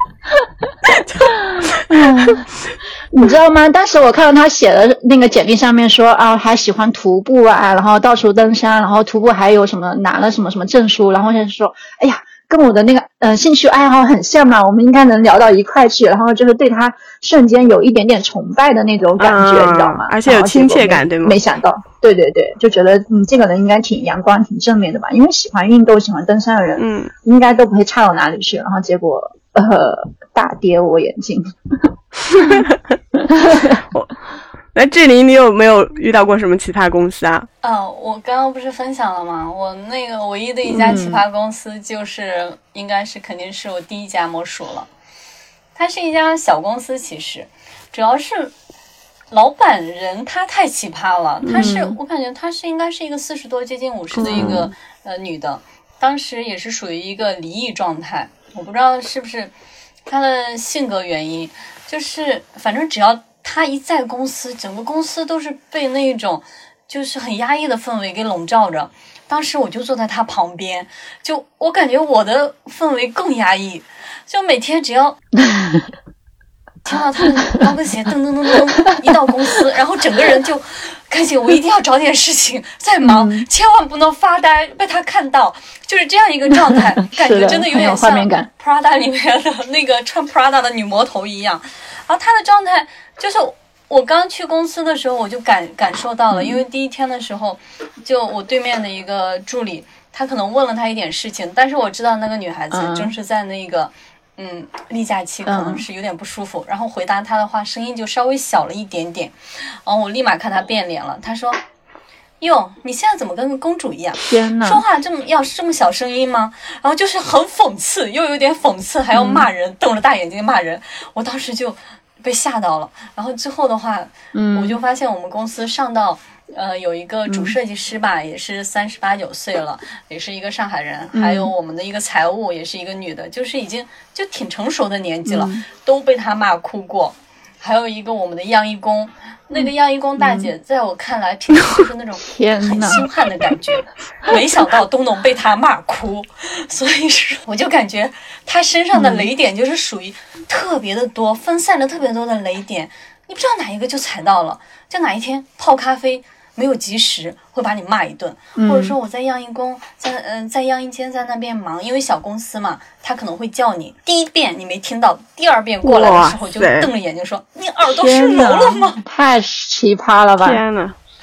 你知道吗？当时我看到他写的那个简历上面说啊，还喜欢徒步啊，然后到处登山，然后徒步还有什么拿了什么什么证书，然后就说哎呀跟我的那个呃兴趣爱好很像嘛，我们应该能聊到一块去，然后就是对他瞬间有一点点崇拜的那种感觉、嗯、你知道吗？ 而且有亲切感对吗？ 没想到，对对对，就觉得嗯这个人应该挺阳光挺正面的吧，因为喜欢运动喜欢登山的人嗯应该都不会差到哪里去，然后结果呃大跌我眼镜。 那志玲你有没有遇到过什么奇葩公司啊？ 哦，我刚刚不是分享了吗？我那个唯一的一家奇葩公司就是、嗯、应该是肯定是我第一家魔术了。它是一家小公司，其实主要是老板人他太奇葩了，他是、嗯、我感觉他是应该是一个四十多接近五十的一个、嗯、呃女的，当时也是属于一个离异状态，我不知道是不是她的性格原因，就是反正只要他一在公司，整个公司都是被那种就是很压抑的氛围给笼罩着。当时我就坐在他旁边，就我感觉我的氛围更压抑，就每天只要听到他的高跟鞋噔噔噔噔一到公司，然后整个人就赶紧我一定要找点事情在忙、嗯、千万不能发呆被他看到，就是这样一个状态感觉真的有点像 Prada 里面的那个穿 Prada 的女魔头一样。然后他的状态就是我刚去公司的时候我就感感受到了，因为第一天的时候就我对面的一个助理他可能问了他一点事情，但是我知道那个女孩子正是在那个嗯例假期可能是有点不舒服、嗯、然后回答他的话声音就稍微小了一点点，然后我立马看他变脸了，他说哟你现在怎么跟个公主一样，天哪，说话这么要这么小声音吗？然后就是很讽刺又有点讽刺还要骂人、嗯、瞪着大眼睛骂人，我当时就被吓到了。然后之后的话、嗯、我就发现我们公司上到呃有一个主设计师吧、嗯、也是三十八九岁了，也是一个上海人、嗯、还有我们的一个财务也是一个女的，就是已经就挺成熟的年纪了、嗯、都被她骂哭过。还有一个我们的样衣工，那个样衣工大姐在我看来平时就是那种很凶悍的感觉，没想到都能被她骂哭，所以说我就感觉她身上的雷点就是属于特别的多，分散了特别多的雷点，你不知道哪一个就踩到了，就哪一天泡咖啡没有及时会把你骂一顿、嗯、或者说我在样衣工在嗯、呃、在样衣间在那边忙，因为小公司嘛他可能会叫你，第一遍你没听到，第二遍过来的时候就瞪着眼睛说你耳朵是聋了吗？ 太奇葩了吧， 天哪， 就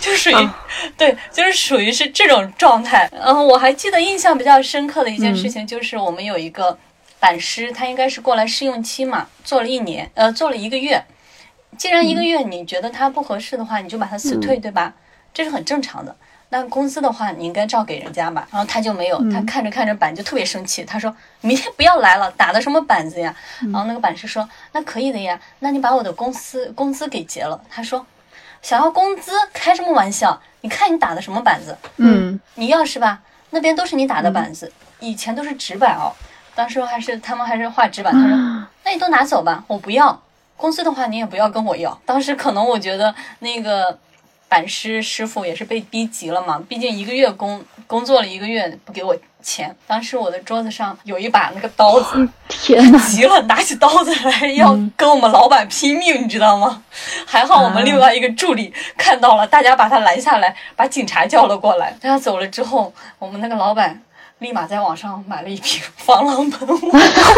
就属于、哦、对，就是属于是这种状态。然后我还记得印象比较深刻的一件事情，就是我们有一个版师，他应该是过来试用期嘛，做了一年，呃，做了一个月。既然一个月你觉得他不合适的话，你就把他辞退，对吧？这是很正常的。那工资的话，你应该照给人家吧。然后他就没有，他看着看着板就特别生气，他说：“明天不要来了，打的什么板子呀？”然后那个版师说：“那可以的呀，那你把我的公司工资给结了。”他说：“想要工资？开什么玩笑？你看你打的什么板子？嗯，你要是吧，那边都是你打的板子，以前都是纸板哦。当时还是他们还是画纸板。他说：那你都拿走吧，我不要。工资的话，你也不要跟我要。当时可能我觉得那个。”版师师傅也是被逼急了嘛，毕竟一个月工工作了一个月不给我钱。当时我的桌子上有一把那个刀子， 天哪， 急了，拿起刀子来要跟我们老板拼命，嗯、你知道吗？还好我们另外一个助理看到了，大家把他拦下来，把警察叫了过来。他走了之后，我们那个老板立马在网上买了一瓶防狼喷雾。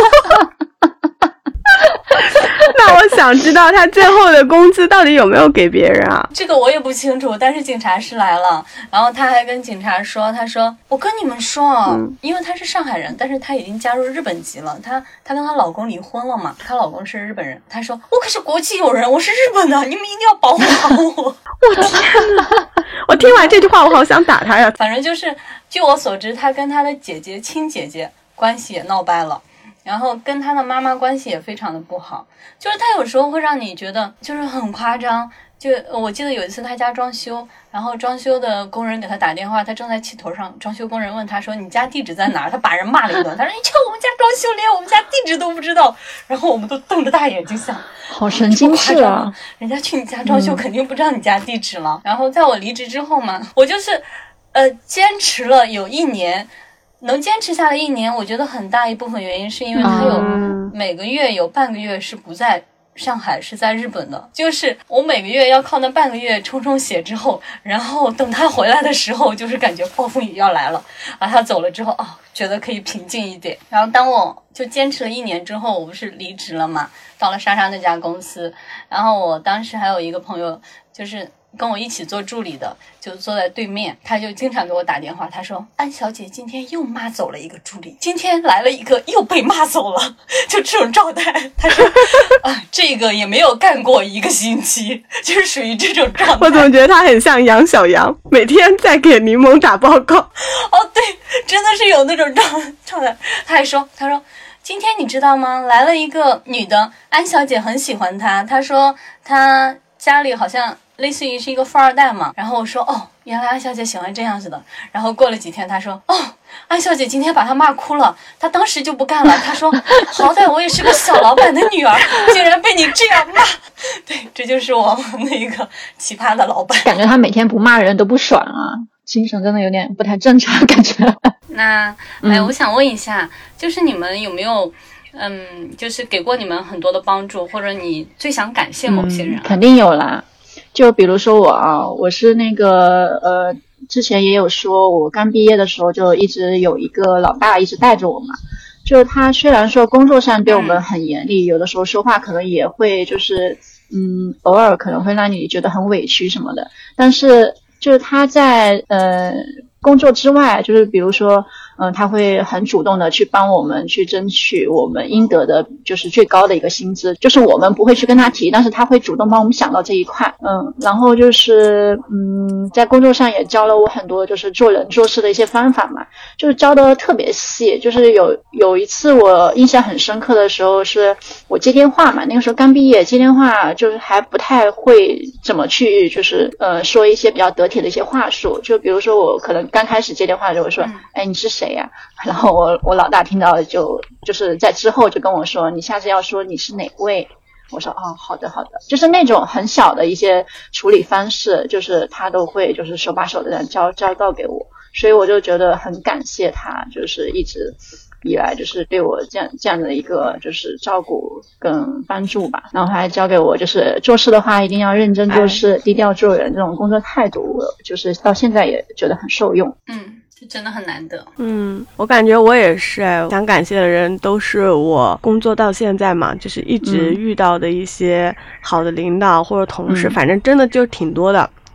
那我想知道他最后的工资到底有没有给别人啊？ 这个我也不清楚，但是警察是来了，然后他还跟警察说，他说我跟你们说，嗯、因为他是上海人，但是他已经加入日本籍了，他他跟她老公离婚了嘛，她老公是日本人，他说我可是国际友人，我是日本的，你们一定要保护好我。 我天哪！我听完这句话，我好想打他呀。 反正就是，据我所知，他跟他的姐姐、亲姐姐关系也闹掰了。然后跟他的妈妈关系也非常的不好，就是他有时候会让你觉得就是很夸张。就我记得有一次他家装修，然后装修的工人给他打电话，他正在气头上，装修工人问他说你家地址在哪儿，他把人骂了一顿，他说你瞧我们家装修连我们家地址都不知道。然后我们都瞪着大眼睛想， 好神经质啊， 人家去你家装修肯定不知道你家地址了。嗯、然后在我离职之后嘛，我就是呃坚持了有一年。能坚持下来一年，我觉得很大一部分原因是因为他有每个月有半个月是不在上海，是在日本的。就是我每个月要靠那半个月冲冲血之后，然后等他回来的时候，就是感觉暴风雨要来了。啊，他走了之后，哦，觉得可以平静一点。然后当我就坚持了一年之后，我不是离职了嘛，到了莎莎那家公司。然后我当时还有一个朋友，就是跟我一起做助理的，就坐在对面，他就经常给我打电话，他说安小姐今天又骂走了一个助理，今天来了一个又被骂走了，就这种状态。他说啊，这个也没有干过一个星期，就是属于这种状态。 我怎么觉得他很像杨小杨，每天在给柠檬打报告。 哦对，真的是有那种状状态。他还说他说今天你知道吗，来了一个女的，安小姐很喜欢她，她说她家里好像类似于是一个富二代嘛。然后我说哦，原来安小姐喜欢这样子的。然后过了几天她说哦，安小姐今天把她骂哭了，她当时就不干了，她说好歹我也是个小老板的女儿，竟然被你这样骂。对，这就是我们那个奇葩的老板。 感觉他每天不骂人都不爽啊，精神真的有点不太正常感觉。 那哎，我想问一下，就是你们有没有嗯，就是给过你们很多的帮助，或者你最想感谢某些人、啊嗯、肯定有啦。就比如说我啊，我是那个呃，之前也有说，我刚毕业的时候就一直有一个老大一直带着我嘛。就他虽然说工作上对我们很严厉、嗯、有的时候说话可能也会就是嗯，偶尔可能会让你觉得很委屈什么的，但是就是他在呃工作之外，就是比如说嗯、呃，他会很主动的去帮我们去争取我们应得的就是最高的一个薪资，就是我们不会去跟他提，但是他会主动帮我们想到这一块。嗯，然后就是嗯，在工作上也教了我很多就是做人做事的一些方法嘛，就是教的特别细。就是有有一次我印象很深刻的时候，是我接电话嘛，那个时候刚毕业，接电话就是还不太会怎么去就是呃说一些比较得体的一些话术。就比如说我可能刚开始接电话的时候说哎你是谁呀、啊？然后我我老大听到就就是在之后就跟我说你下次要说你是哪位。我说哦好的好的，就是那种很小的一些处理方式，就是他都会就是手把手的教教到给我，所以我就觉得很感谢他，就是一直以来就是对我这样这样的一个就是照顾跟帮助吧。然后还教给我就是做事的话一定要认真做事、低调做人，这种工作态度就是到现在也觉得很受用。 嗯，真的很难得。 嗯，我感觉我也是哎，想感谢的人都是我工作到现在嘛，就是一直遇到的一些好的领导或者同事、嗯、反正真的就挺多的。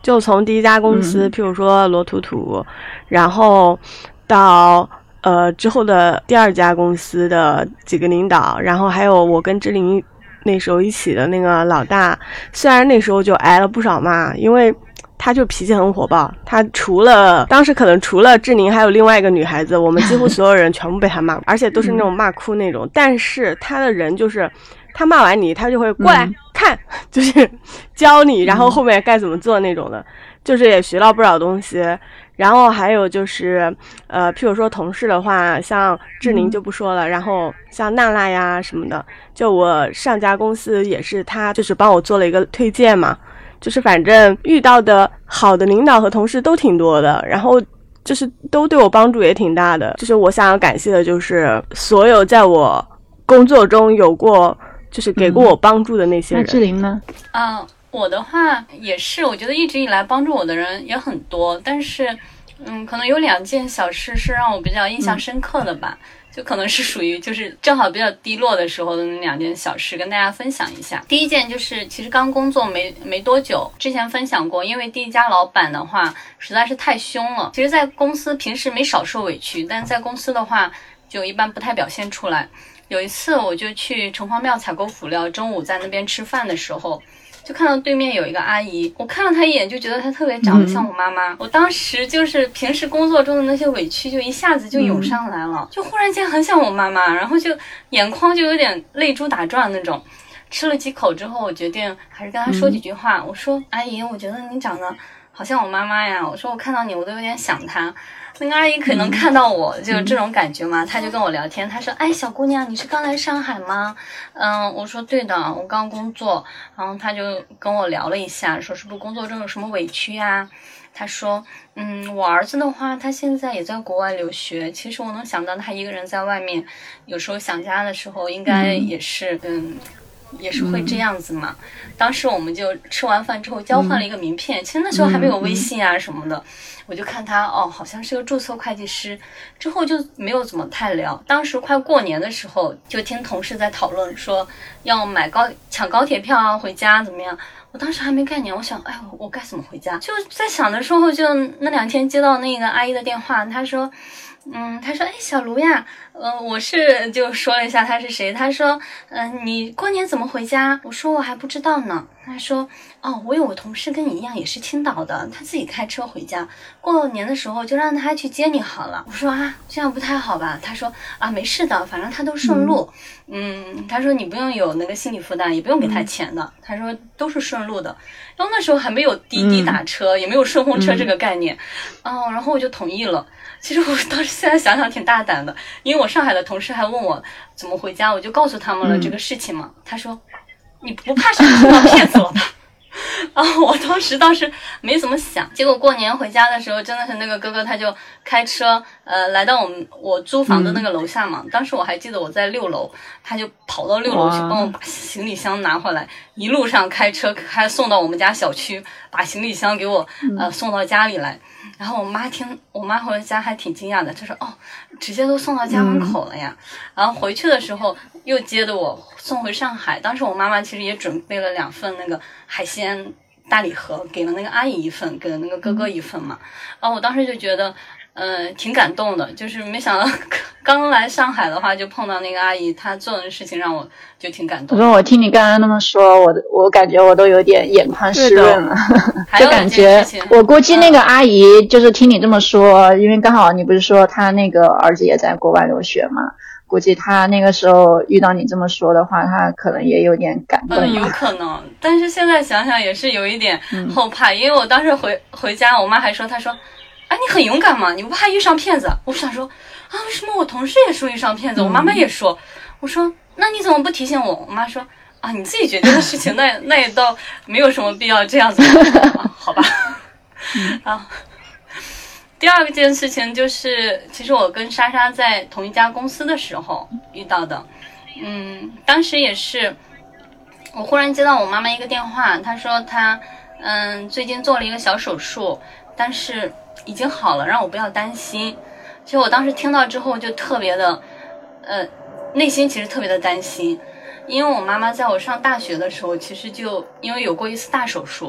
就从第一家公司， 嗯、 譬如说罗图图，然后到呃之后的第二家公司的几个领导，然后还有我跟志玲那时候一起的那个老大，虽然那时候就挨了不少骂，因为他就脾气很火爆，他除了当时可能除了志宁还有另外一个女孩子，我们几乎所有人全部被他骂，而且都是那种骂哭那种，但是他的人就是他骂完你他就会过来、嗯、看，就是教你然后后面该怎么做那种的，就是也学到不少东西。然后还有就是呃譬如说同事的话，像志宁就不说了、嗯、然后像娜娜呀什么的，就我上家公司也是他就是帮我做了一个推荐嘛，就是反正遇到的好的领导和同事都挺多的，然后就是都对我帮助也挺大的。就是我想要感谢的就是所有在我工作中有过就是给过我帮助的那些人。 那志玲呢？ 啊，我的话也是，我觉得一直以来帮助我的人也很多，但是嗯，可能有两件小事是让我比较印象深刻的吧。嗯，就可能是属于就是正好比较低落的时候的那两件小事跟大家分享一下。第一件就是其实刚工作没没多久，之前分享过，因为第一家老板的话实在是太凶了，其实在公司平时没少受委屈，但在公司的话就一般不太表现出来。有一次我就去城隍庙采购辅料，中午在那边吃饭的时候就看到对面有一个阿姨，我看了她一眼就觉得她特别长得像我妈妈、嗯、我当时就是平时工作中的那些委屈就一下子就涌上来了、嗯、就忽然间很像我妈妈，然后就眼眶就有点泪珠打转那种。吃了几口之后我决定还是跟她说几句话、嗯、我说阿姨，我觉得你长得好像我妈妈呀，我说我看到你我都有点想她。那个阿姨可能看到我、嗯、就有这种感觉嘛，她就跟我聊天，她说哎小姑娘你是刚来上海吗？嗯，我说对的，我刚工作。然后她就跟我聊了一下，说是不是工作中有什么委屈啊。她说嗯，我儿子的话他现在也在国外留学，其实我能想到他一个人在外面有时候想家的时候应该也是 嗯, 嗯也是会这样子嘛、嗯、当时我们就吃完饭之后交换了一个名片、嗯、其实那时候还没有微信啊什么的、嗯、我就看他哦好像是个注册会计师，之后就没有怎么太聊。当时快过年的时候就听同事在讨论说要买高抢高铁票啊回家怎么样，我当时还没概念，我想哎我该怎么回家，就在想的时候就那两天接到那个阿姨的电话，她说嗯，他说哎小卢呀，呃我是就说了一下他是谁，他说嗯、呃、你过年怎么回家，我说我还不知道呢。他说哦我有个同事跟你一样也是青岛的，他自己开车回家，过年的时候就让他去接你好了。我说啊这样不太好吧，他说啊没事的，反正他都顺路。嗯, 嗯他说你不用有那个心理负担，也不用给他钱的、嗯、他说都是顺路的。然后那时候还没有滴滴打车、嗯、也没有顺风车这个概念、嗯、哦，然后我就同意了。其实我当时现在想想挺大胆的，因为我上海的同事还问我怎么回家，我就告诉他们了这个事情嘛、嗯、他说你不怕是碰到骗子了吧啊，我当时倒是没怎么想。结果过年回家的时候真的是那个哥哥他就开车呃来到我们我租房的那个楼下嘛、嗯、当时我还记得我在六楼，他就跑到六楼去帮我把行李箱拿回来，一路上开车还送到我们家小区，把行李箱给我呃送到家里来。然后我妈听我妈回家还挺惊讶的，她说哦直接都送到家门口了呀、嗯、然后回去的时候又接的我送回上海。当时我妈妈其实也准备了两份那个海鲜大礼盒，给了那个阿姨一份，给了那个哥哥一份嘛。然后我当时就觉得呃挺感动的，就是没想到刚来上海的话就碰到那个阿姨，她做的事情让我就挺感动的。 我说我听你刚刚那么说，我我感觉我都有点眼眶湿润了，就感觉我估计那个阿姨就是听你这么说、嗯、因为刚好你不是说她那个儿子也在国外留学嘛，估计她那个时候遇到你这么说的话，她可能也有点感动。 嗯，有可能，但是现在想想也是有一点后怕、嗯、因为我当时回回家，我妈还说，她说哎你很勇敢嘛，你不怕遇上骗子？我想说啊为什么我同事也说遇上骗子、嗯、我妈妈也说，我说那你怎么不提醒我？我妈说啊你自己决定的事情那那也倒没有什么必要这样子、啊、好吧、嗯、啊。第二件事情就是其实我跟莎莎在同一家公司的时候遇到的。嗯，当时也是我忽然接到我妈妈一个电话，她说她嗯最近做了一个小手术，但是已经好了，让我不要担心。其实我当时听到之后就特别的呃内心其实特别的担心，因为我妈妈在我上大学的时候其实就因为有过一次大手术，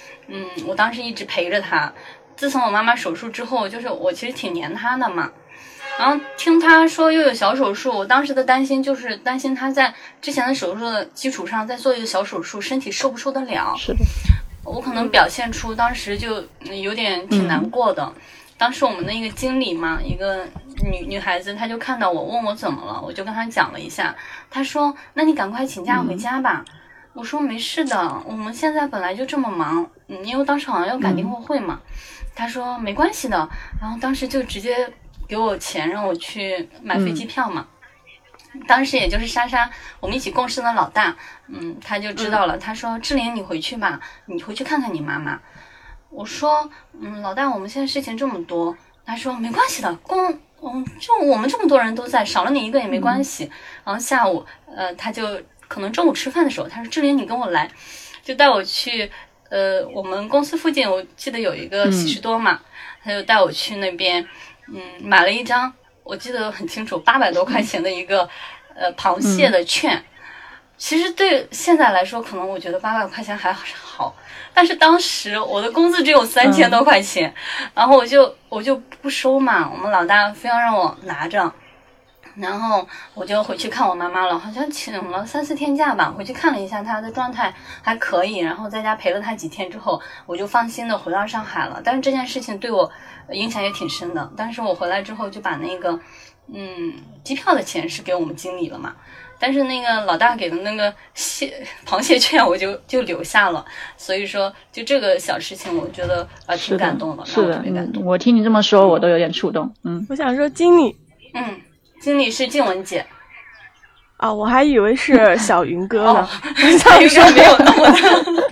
嗯，我当时一直陪着他。自从我妈妈手术之后，就是我其实挺黏她的嘛。然后听她说又有小手术，我当时的担心就是担心她在之前的手术的基础上再做一个小手术，身体受不受得了。 是的， 我可能表现出当时就有点挺难过的。嗯、当时我们的一个经理嘛，一个女女孩子，她就看到我问我怎么了，我就跟她讲了一下。她说：“那你赶快请假回家吧。嗯”我说：“没事的，我们现在本来就这么忙，嗯，因为当时好像要赶订货会嘛。嗯”她说：“没关系的。”然后当时就直接给我钱让我去买飞机票嘛。嗯、当时也就是莎莎我们一起共事的老大，嗯，他就知道了。嗯、他说：“志玲，你回去吧，你回去看看你妈妈。”我说：“嗯，老大，我们现在事情这么多。”他说：“没关系的，公，嗯，就我们这么多人都在，少了你一个也没关系。嗯”然后下午，呃，他就可能中午吃饭的时候，他说：“志玲，你跟我来，就带我去。”呃，我们公司附近我记得有一个喜事多嘛，嗯、他就带我去那边，嗯，买了一张我记得很清楚，八百多块钱的一个、嗯、呃螃蟹的券。嗯、其实对现在来说，可能我觉得八百块钱还好，但是当时我的工资只有三千多块钱，嗯、然后我就我就不收嘛，我们老大非要让我拿着。然后我就回去看我妈妈了，好像请了三四天假吧，回去看了一下她的状态还可以，然后在家陪了她几天之后，我就放心的回到上海了。但是这件事情对我影响也挺深的，但是我回来之后就把那个嗯机票的钱是给我们经理了嘛，但是那个老大给的那个蟹螃蟹券我就就留下了。所以说就这个小事情我觉得呃挺感动的， 是的， 让我特别感动、 嗯、我听你这么说我都有点触动。嗯， 我想说经理嗯经理是静雯姐啊，我还以为是小云哥呢。 小云哥没有那么的。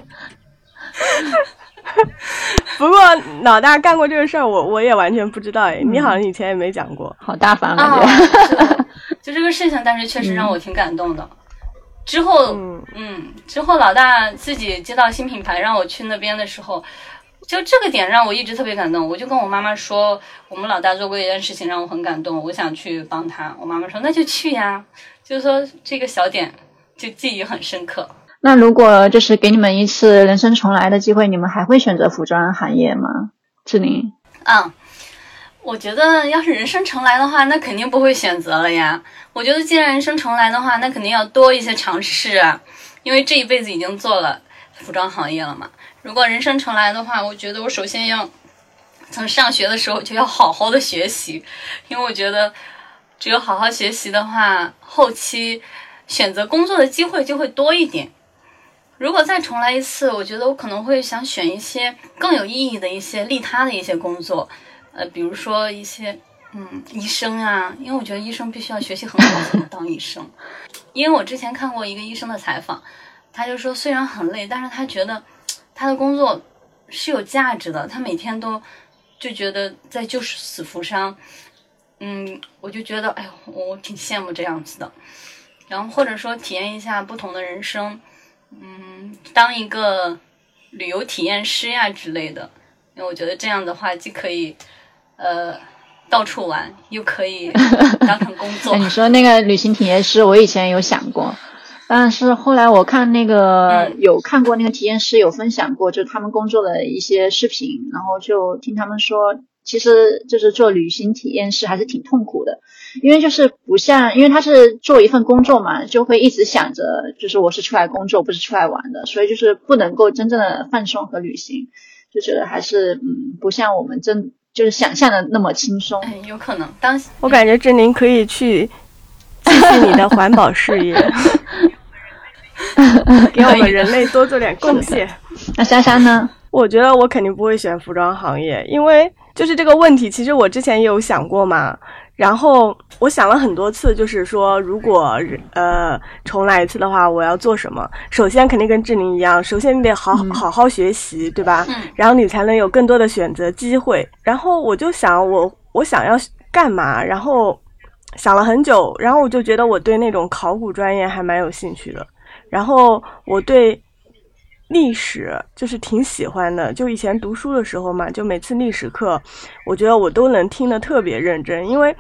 不过老大干过这个事儿，我我也完全不知道哎，嗯、你好像以前也没讲过， 好大方啊！是的，就这个事情，但是确实让我挺感动的。嗯、之后，嗯嗯，之后老大自己接到新品牌，让我去那边的时候。就这个点让我一直特别感动，我就跟我妈妈说，我们老大做过一件事情让我很感动，我想去帮他。我妈妈说那就去呀，就是说这个小点就记忆很深刻。 那如果就是给你们一次人生重来的机会，你们还会选择服装行业吗？志玲？ 嗯，我觉得要是人生重来的话，那肯定不会选择了呀。我觉得既然人生重来的话，那肯定要多一些尝试啊，因为这一辈子已经做了服装行业了嘛。如果人生重来的话，我觉得我首先要从上学的时候就要好好的学习，因为我觉得只有好好学习的话，后期选择工作的机会就会多一点。如果再重来一次，我觉得我可能会想选一些更有意义的一些利他的一些工作，呃，比如说一些嗯医生啊，因为我觉得医生必须要学习很好才能当医生。因为我之前看过一个医生的采访，他就说虽然很累，但是他觉得他的工作是有价值的，他每天都就觉得在救死扶伤。嗯，我就觉得哎呦，我挺羡慕这样子的。然后或者说体验一下不同的人生，嗯，当一个旅游体验师呀之类的，因为我觉得这样的话既可以呃到处玩，又可以当成工作。 你说那个旅行体验师，我以前有想过。但是后来我看那个、嗯、有看过那个体验师有分享过，就他们工作的一些视频，然后就听他们说，其实就是做旅行体验师还是挺痛苦的，因为就是不像，因为他是做一份工作嘛，就会一直想着就是我是出来工作不是出来玩的，所以就是不能够真正的放松和旅行，就觉得还是嗯不像我们真就是想象的那么轻松。 哎，有可能当我感觉志玲可以去继续你的环保事业。给我们人类多做点贡献。 那莎莎呢？ 我觉得我肯定不会选服装行业，因为就是这个问题其实我之前也有想过嘛，然后我想了很多次，就是说如果呃重来一次的话我要做什么。首先肯定跟志玲一样，首先你得好好好学习、嗯、对吧、嗯、然后你才能有更多的选择机会。然后我就想我我想要干嘛，然后想了很久，然后我就觉得我对那种考古专业还蛮有兴趣的，然后我对历史就是挺喜欢的，就以前读书的时候嘛，就每次历史课我觉得我都能听得特别认真，因为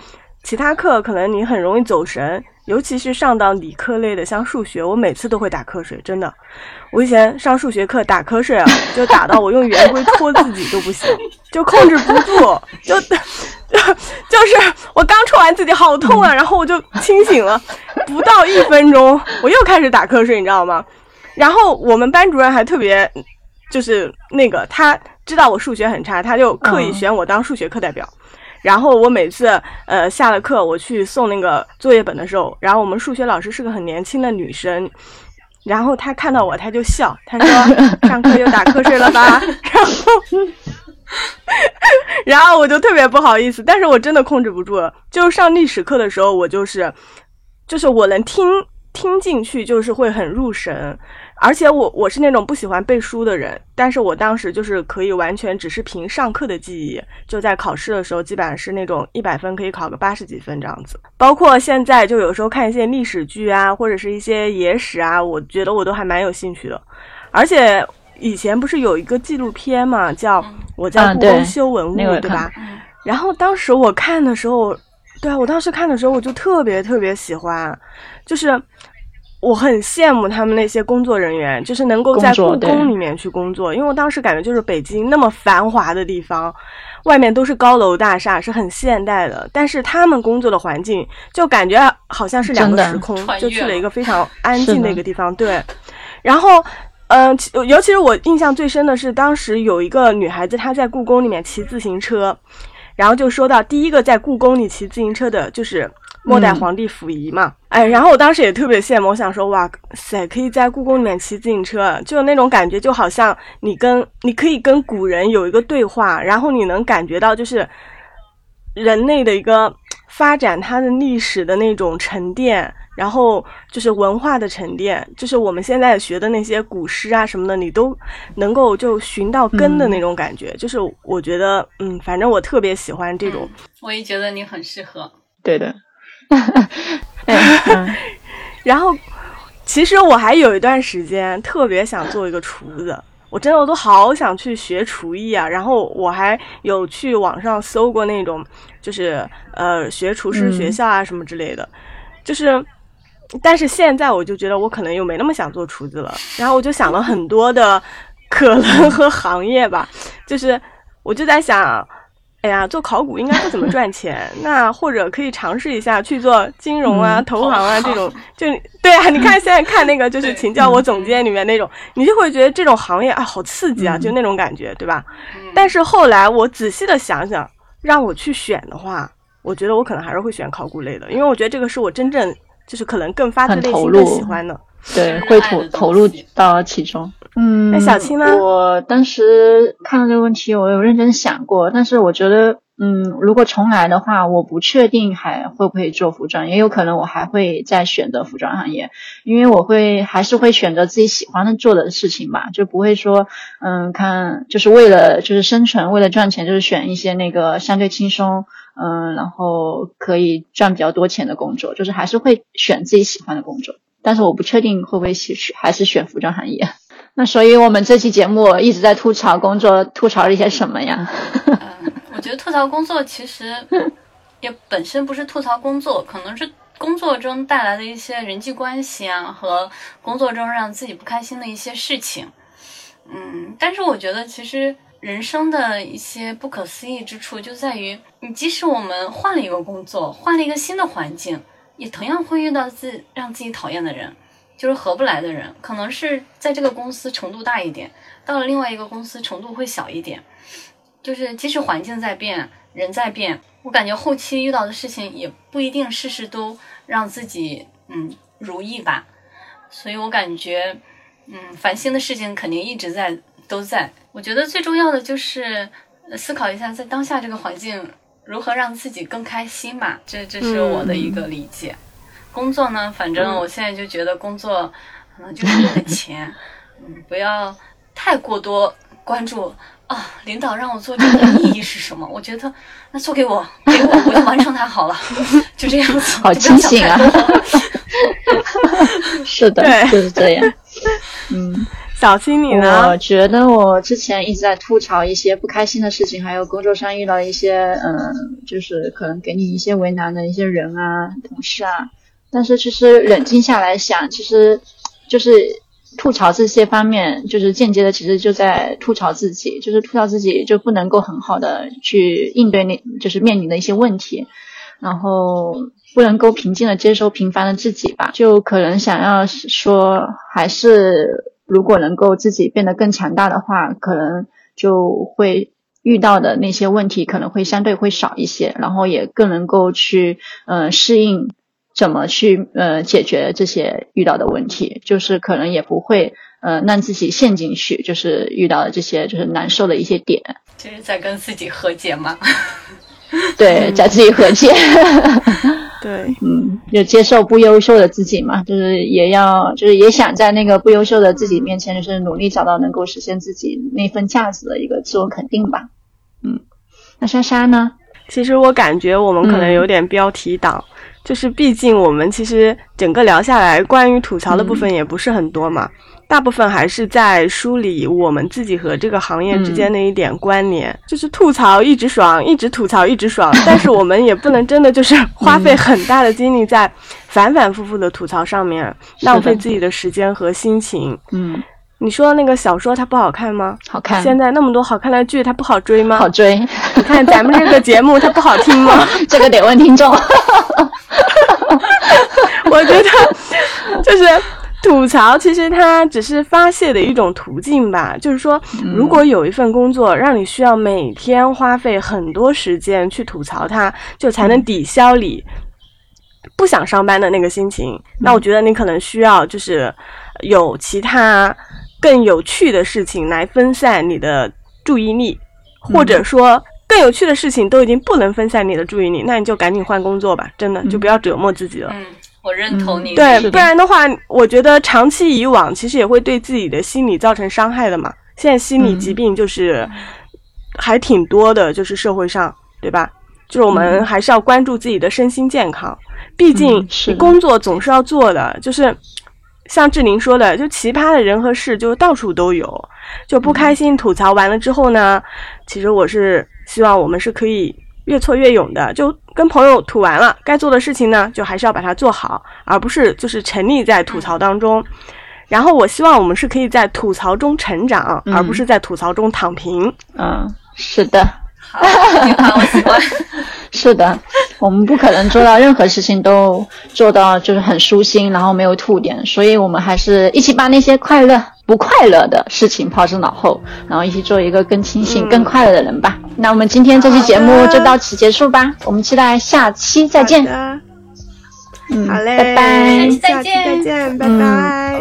其他课可能你很容易走神，尤其是上到理科类的，像数学，我每次都会打瞌睡，真的。我以前上数学课打瞌睡啊，就打到我用圆规戳自己都不行，就控制不住，就就就是我刚戳完自己好痛啊，然后我就清醒了，不到一分钟我又开始打瞌睡，你知道吗？然后我们班主任还特别就是那个，他知道我数学很差，他就刻意选我当数学课代表。嗯，然后我每次呃下了课我去送那个作业本的时候，然后我们数学老师是个很年轻的女生，然后她看到我她就笑，她说上课又打瞌睡了吧，然后然后我就特别不好意思，但是我真的控制不住了。就上历史课的时候，我就是就是我能听听进去，就是会很入神。而且我我是那种不喜欢背书的人，但是我当时就是可以完全只是凭上课的记忆，就在考试的时候基本上是那种一百分可以考个八十几分这样子。包括现在就有时候看一些历史剧啊，或者是一些野史啊，我觉得我都还蛮有兴趣的。而且以前不是有一个纪录片嘛，叫我在故宫修文物，嗯，对, 对吧？然后当时我看的时候，对啊，我当时看的时候我就特别特别喜欢，就是我很羡慕他们那些工作人员，就是能够在故宫里面去工作，因为我当时感觉就是北京那么繁华的地方，外面都是高楼大厦，是很现代的，但是他们工作的环境就感觉好像是两个时空，就去了一个非常安静的一个地方。对，然后嗯、呃，尤其是我印象最深的是当时有一个女孩子她在故宫里面骑自行车，然后就说到第一个在故宫里骑自行车的就是末代皇帝溥仪嘛，嗯，哎，然后我当时也特别羡慕，我想说，哇塞，可以在故宫里面骑自行车，就那种感觉，就好像你跟你可以跟古人有一个对话，然后你能感觉到就是人类的一个发展，它的历史的那种沉淀，然后就是文化的沉淀，就是我们现在学的那些古诗啊什么的，你都能够就寻到根的那种感觉，嗯，就是我觉得，嗯，反正我特别喜欢这种。 嗯，我也觉得你很适合。 对的。 然后其实我还有一段时间特别想做一个厨子，我真的我都好想去学厨艺啊，然后我还有去网上搜过那种就是呃学厨师学校啊什么之类的，嗯，就是但是现在我就觉得我可能又没那么想做厨子了，然后我就想了很多的可能和行业吧，就是我就在想，哎呀，做考古应该不怎么赚钱，那或者可以尝试一下去做金融啊、嗯、投行啊这种，就对啊，你看现在看那个就是请教我总监里面那种，你就会觉得这种行业啊好刺激啊，就那种感觉，对吧？但是后来我仔细的想想，让我去选的话，我觉得我可能还是会选考古类的，因为我觉得这个是我真正就是可能更发自内心更喜欢的。 对，会投投入到其中。嗯， 那小青呢？ 我当时看到这个问题，我有认真想过，但是我觉得，嗯，如果重来的话，我不确定还会不会做服装，也有可能我还会再选择服装行业，因为我会还是会选择自己喜欢的做的事情吧，就不会说，嗯，看就是为了就是生存，为了赚钱，就是选一些那个相对轻松，嗯，然后可以赚比较多钱的工作，就是还是会选自己喜欢的工作。但是我不确定会不会选还是选服装行业。那所以我们这期节目一直在吐槽工作，吐槽了一些什么呀？ 嗯，我觉得吐槽工作其实也本身不是吐槽工作，可能是工作中带来的一些人际关系啊，和工作中让自己不开心的一些事情。嗯，但是我觉得其实人生的一些不可思议之处就在于，你即使我们换了一个工作，换了一个新的环境，也同样会遇到自让自己讨厌的人，就是合不来的人，可能是在这个公司程度大一点，到了另外一个公司程度会小一点，就是即使环境在变，人在变，我感觉后期遇到的事情也不一定事事都让自己嗯如意吧，所以我感觉嗯烦心的事情肯定一直在都在。我觉得最重要的就是思考一下在当下这个环境如何让自己更开心吧，这这是我的一个理解。嗯、工作呢，反正我现在就觉得工作可能就是为了钱，嗯，不要太过多关注啊，领导让我做这个意义是什么？我觉得那做给我，给我，我就完成它好了，就这样子。 好清醒啊！是的，就是这样。嗯。 小青你呢？ 我觉得我之前一直在吐槽一些不开心的事情，还有工作上遇到一些嗯，就是可能给你一些为难的一些人啊、同事啊。但是其实冷静下来想，其实就是吐槽这些方面，就是间接的其实就在吐槽自己，就是吐槽自己就不能够很好的去应对那就是面临的一些问题，然后不能够平静的接受平凡的自己吧。就可能想要说，还是如果能够自己变得更强大的话，可能就会遇到的那些问题可能会相对会少一些，然后也更能够去呃适应怎么去呃解决这些遇到的问题，就是可能也不会呃让自己陷进去，就是遇到的这些就是难受的一些点。 这是在跟自己和解吗？ 对，在自己和解。 对， 嗯，就接受不优秀的自己嘛，就是也要就是也想在那个不优秀的自己面前，就是努力找到能够实现自己那份价值的一个自我肯定吧。嗯，那莎莎呢？ 其实我感觉我们可能有点标题党。嗯，就是毕竟我们其实整个聊下来关于吐槽的部分也不是很多嘛，嗯，大部分还是在梳理我们自己和这个行业之间的一点关联，嗯，就是吐槽一直爽，一直吐槽一直爽，但是我们也不能真的就是花费很大的精力在反反复复的吐槽上面，嗯，浪费自己的时间和心情。嗯，你说那个小说它不好看吗？ 好看。 现在那么多好看的剧它不好追吗？ 好追。 你看咱们这个节目它不好听吗？ 这个得问听众。 我觉得就是吐槽其实它只是发泄的一种途径吧，就是说如果有一份工作让你需要每天花费很多时间去吐槽它，就才能抵消你不想上班的那个心情，那我觉得你可能需要就是有其他更有趣的事情来分散你的注意力，或者说更有趣的事情都已经不能分散你的注意力，那你就赶紧换工作吧，真的就不要折磨自己了。 嗯，我认同你。 对，不然的话我觉得长期以往其实也会对自己的心理造成伤害的嘛。现在心理疾病就是还挺多的，就是社会上，对吧？就是我们还是要关注自己的身心健康，毕竟你工作总是要做的，就是像志玲说的，就奇葩的人和事就到处都有，就不开心吐槽完了之后呢，其实我是希望我们是可以越挫越勇的，就跟朋友吐完了，该做的事情呢就还是要把它做好，而不是就是沉溺在吐槽当中。然后我希望我们是可以在吐槽中成长，嗯，而不是在吐槽中躺平。 嗯，是的。 好，这句话我喜欢。 是的，我们不可能做到任何事情都做到就是很舒心，然后没有吐点，所以我们还是一起把那些快乐不快乐的事情抛之脑后，然后一起做一个更清醒、嗯、更快乐的人吧。那我们今天这期节目就到此结束吧，我们期待下期再见。 嗯，好嘞， 拜拜， 下期再见， 再见，拜拜。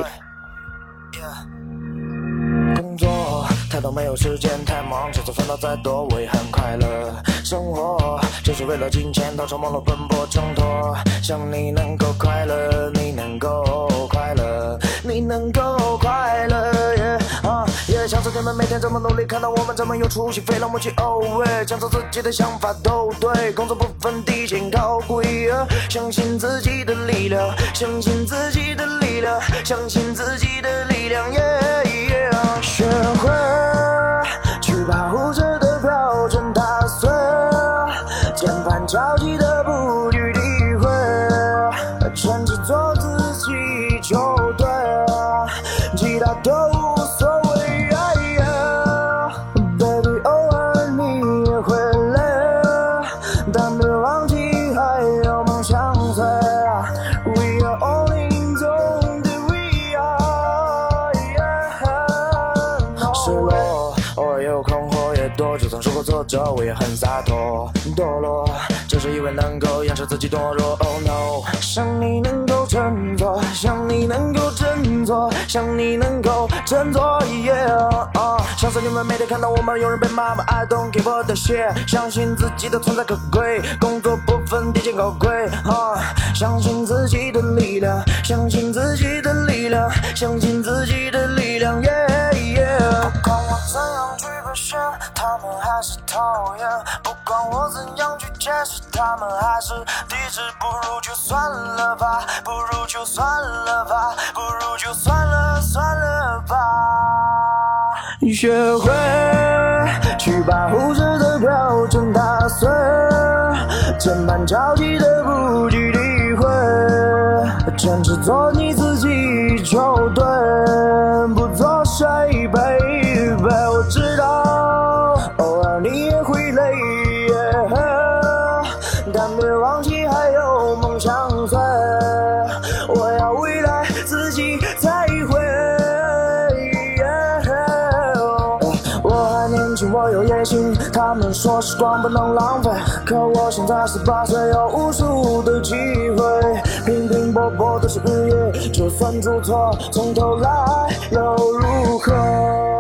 工作太多没有时间，太忙，就算烦恼再多我也很快乐。生活就是为了金钱到处忙碌奔波挣脱，想你能够快乐，你能够快乐，你能够快乐 yeah, 啊 yeah, 想着你们每天这么努力，看到我们这么有出息，非常默契哦喂，讲出自己的想法都对，工作不分低贱高贵、啊、相信自己的力量，相信自己的力量，相信自己的力量 yeah, yeah, 学会去保护着的标准打碎，键盘着急的不去理会，全职做自己就对，其他都无所谓、yeah, baby 偶尔你也会累，但别忘记还有梦想随， We are all in zone we are yeah, 失落偶尔也有困惑也多，就算受过挫折我也很洒脱，堕落就是因为能够掩饰自己堕落 Oh no， 想你能够振作，想你能够振作，想你能够振作 yeah、uh, 相信你们每天看到我们有人被骂骂 I don't give a shit， 相信自己的存在可贵，工作不分低贱高贵、uh, 相信自己的力量，相信自己的力量，相信自己的力量 yeah, yeah， 不管我怎样去表现他们还是讨厌，不管管我怎样去解释，他们还是抵制，不如就算了吧，不如就算了吧，不如就算了算了吧。学会去把无知的标准打碎，键盘交替的不计理会，坚持做你自己就对，不做谁 baby。 我知道偶尔你也会累， yeah， 但别忘记还有梦相随，我要未来自己才会， yeah， 我还年轻我有野心，他们说时光不能浪费，可我现在十八岁，有无数的机会，平平波波都是日夜，就算出错从头来又如何。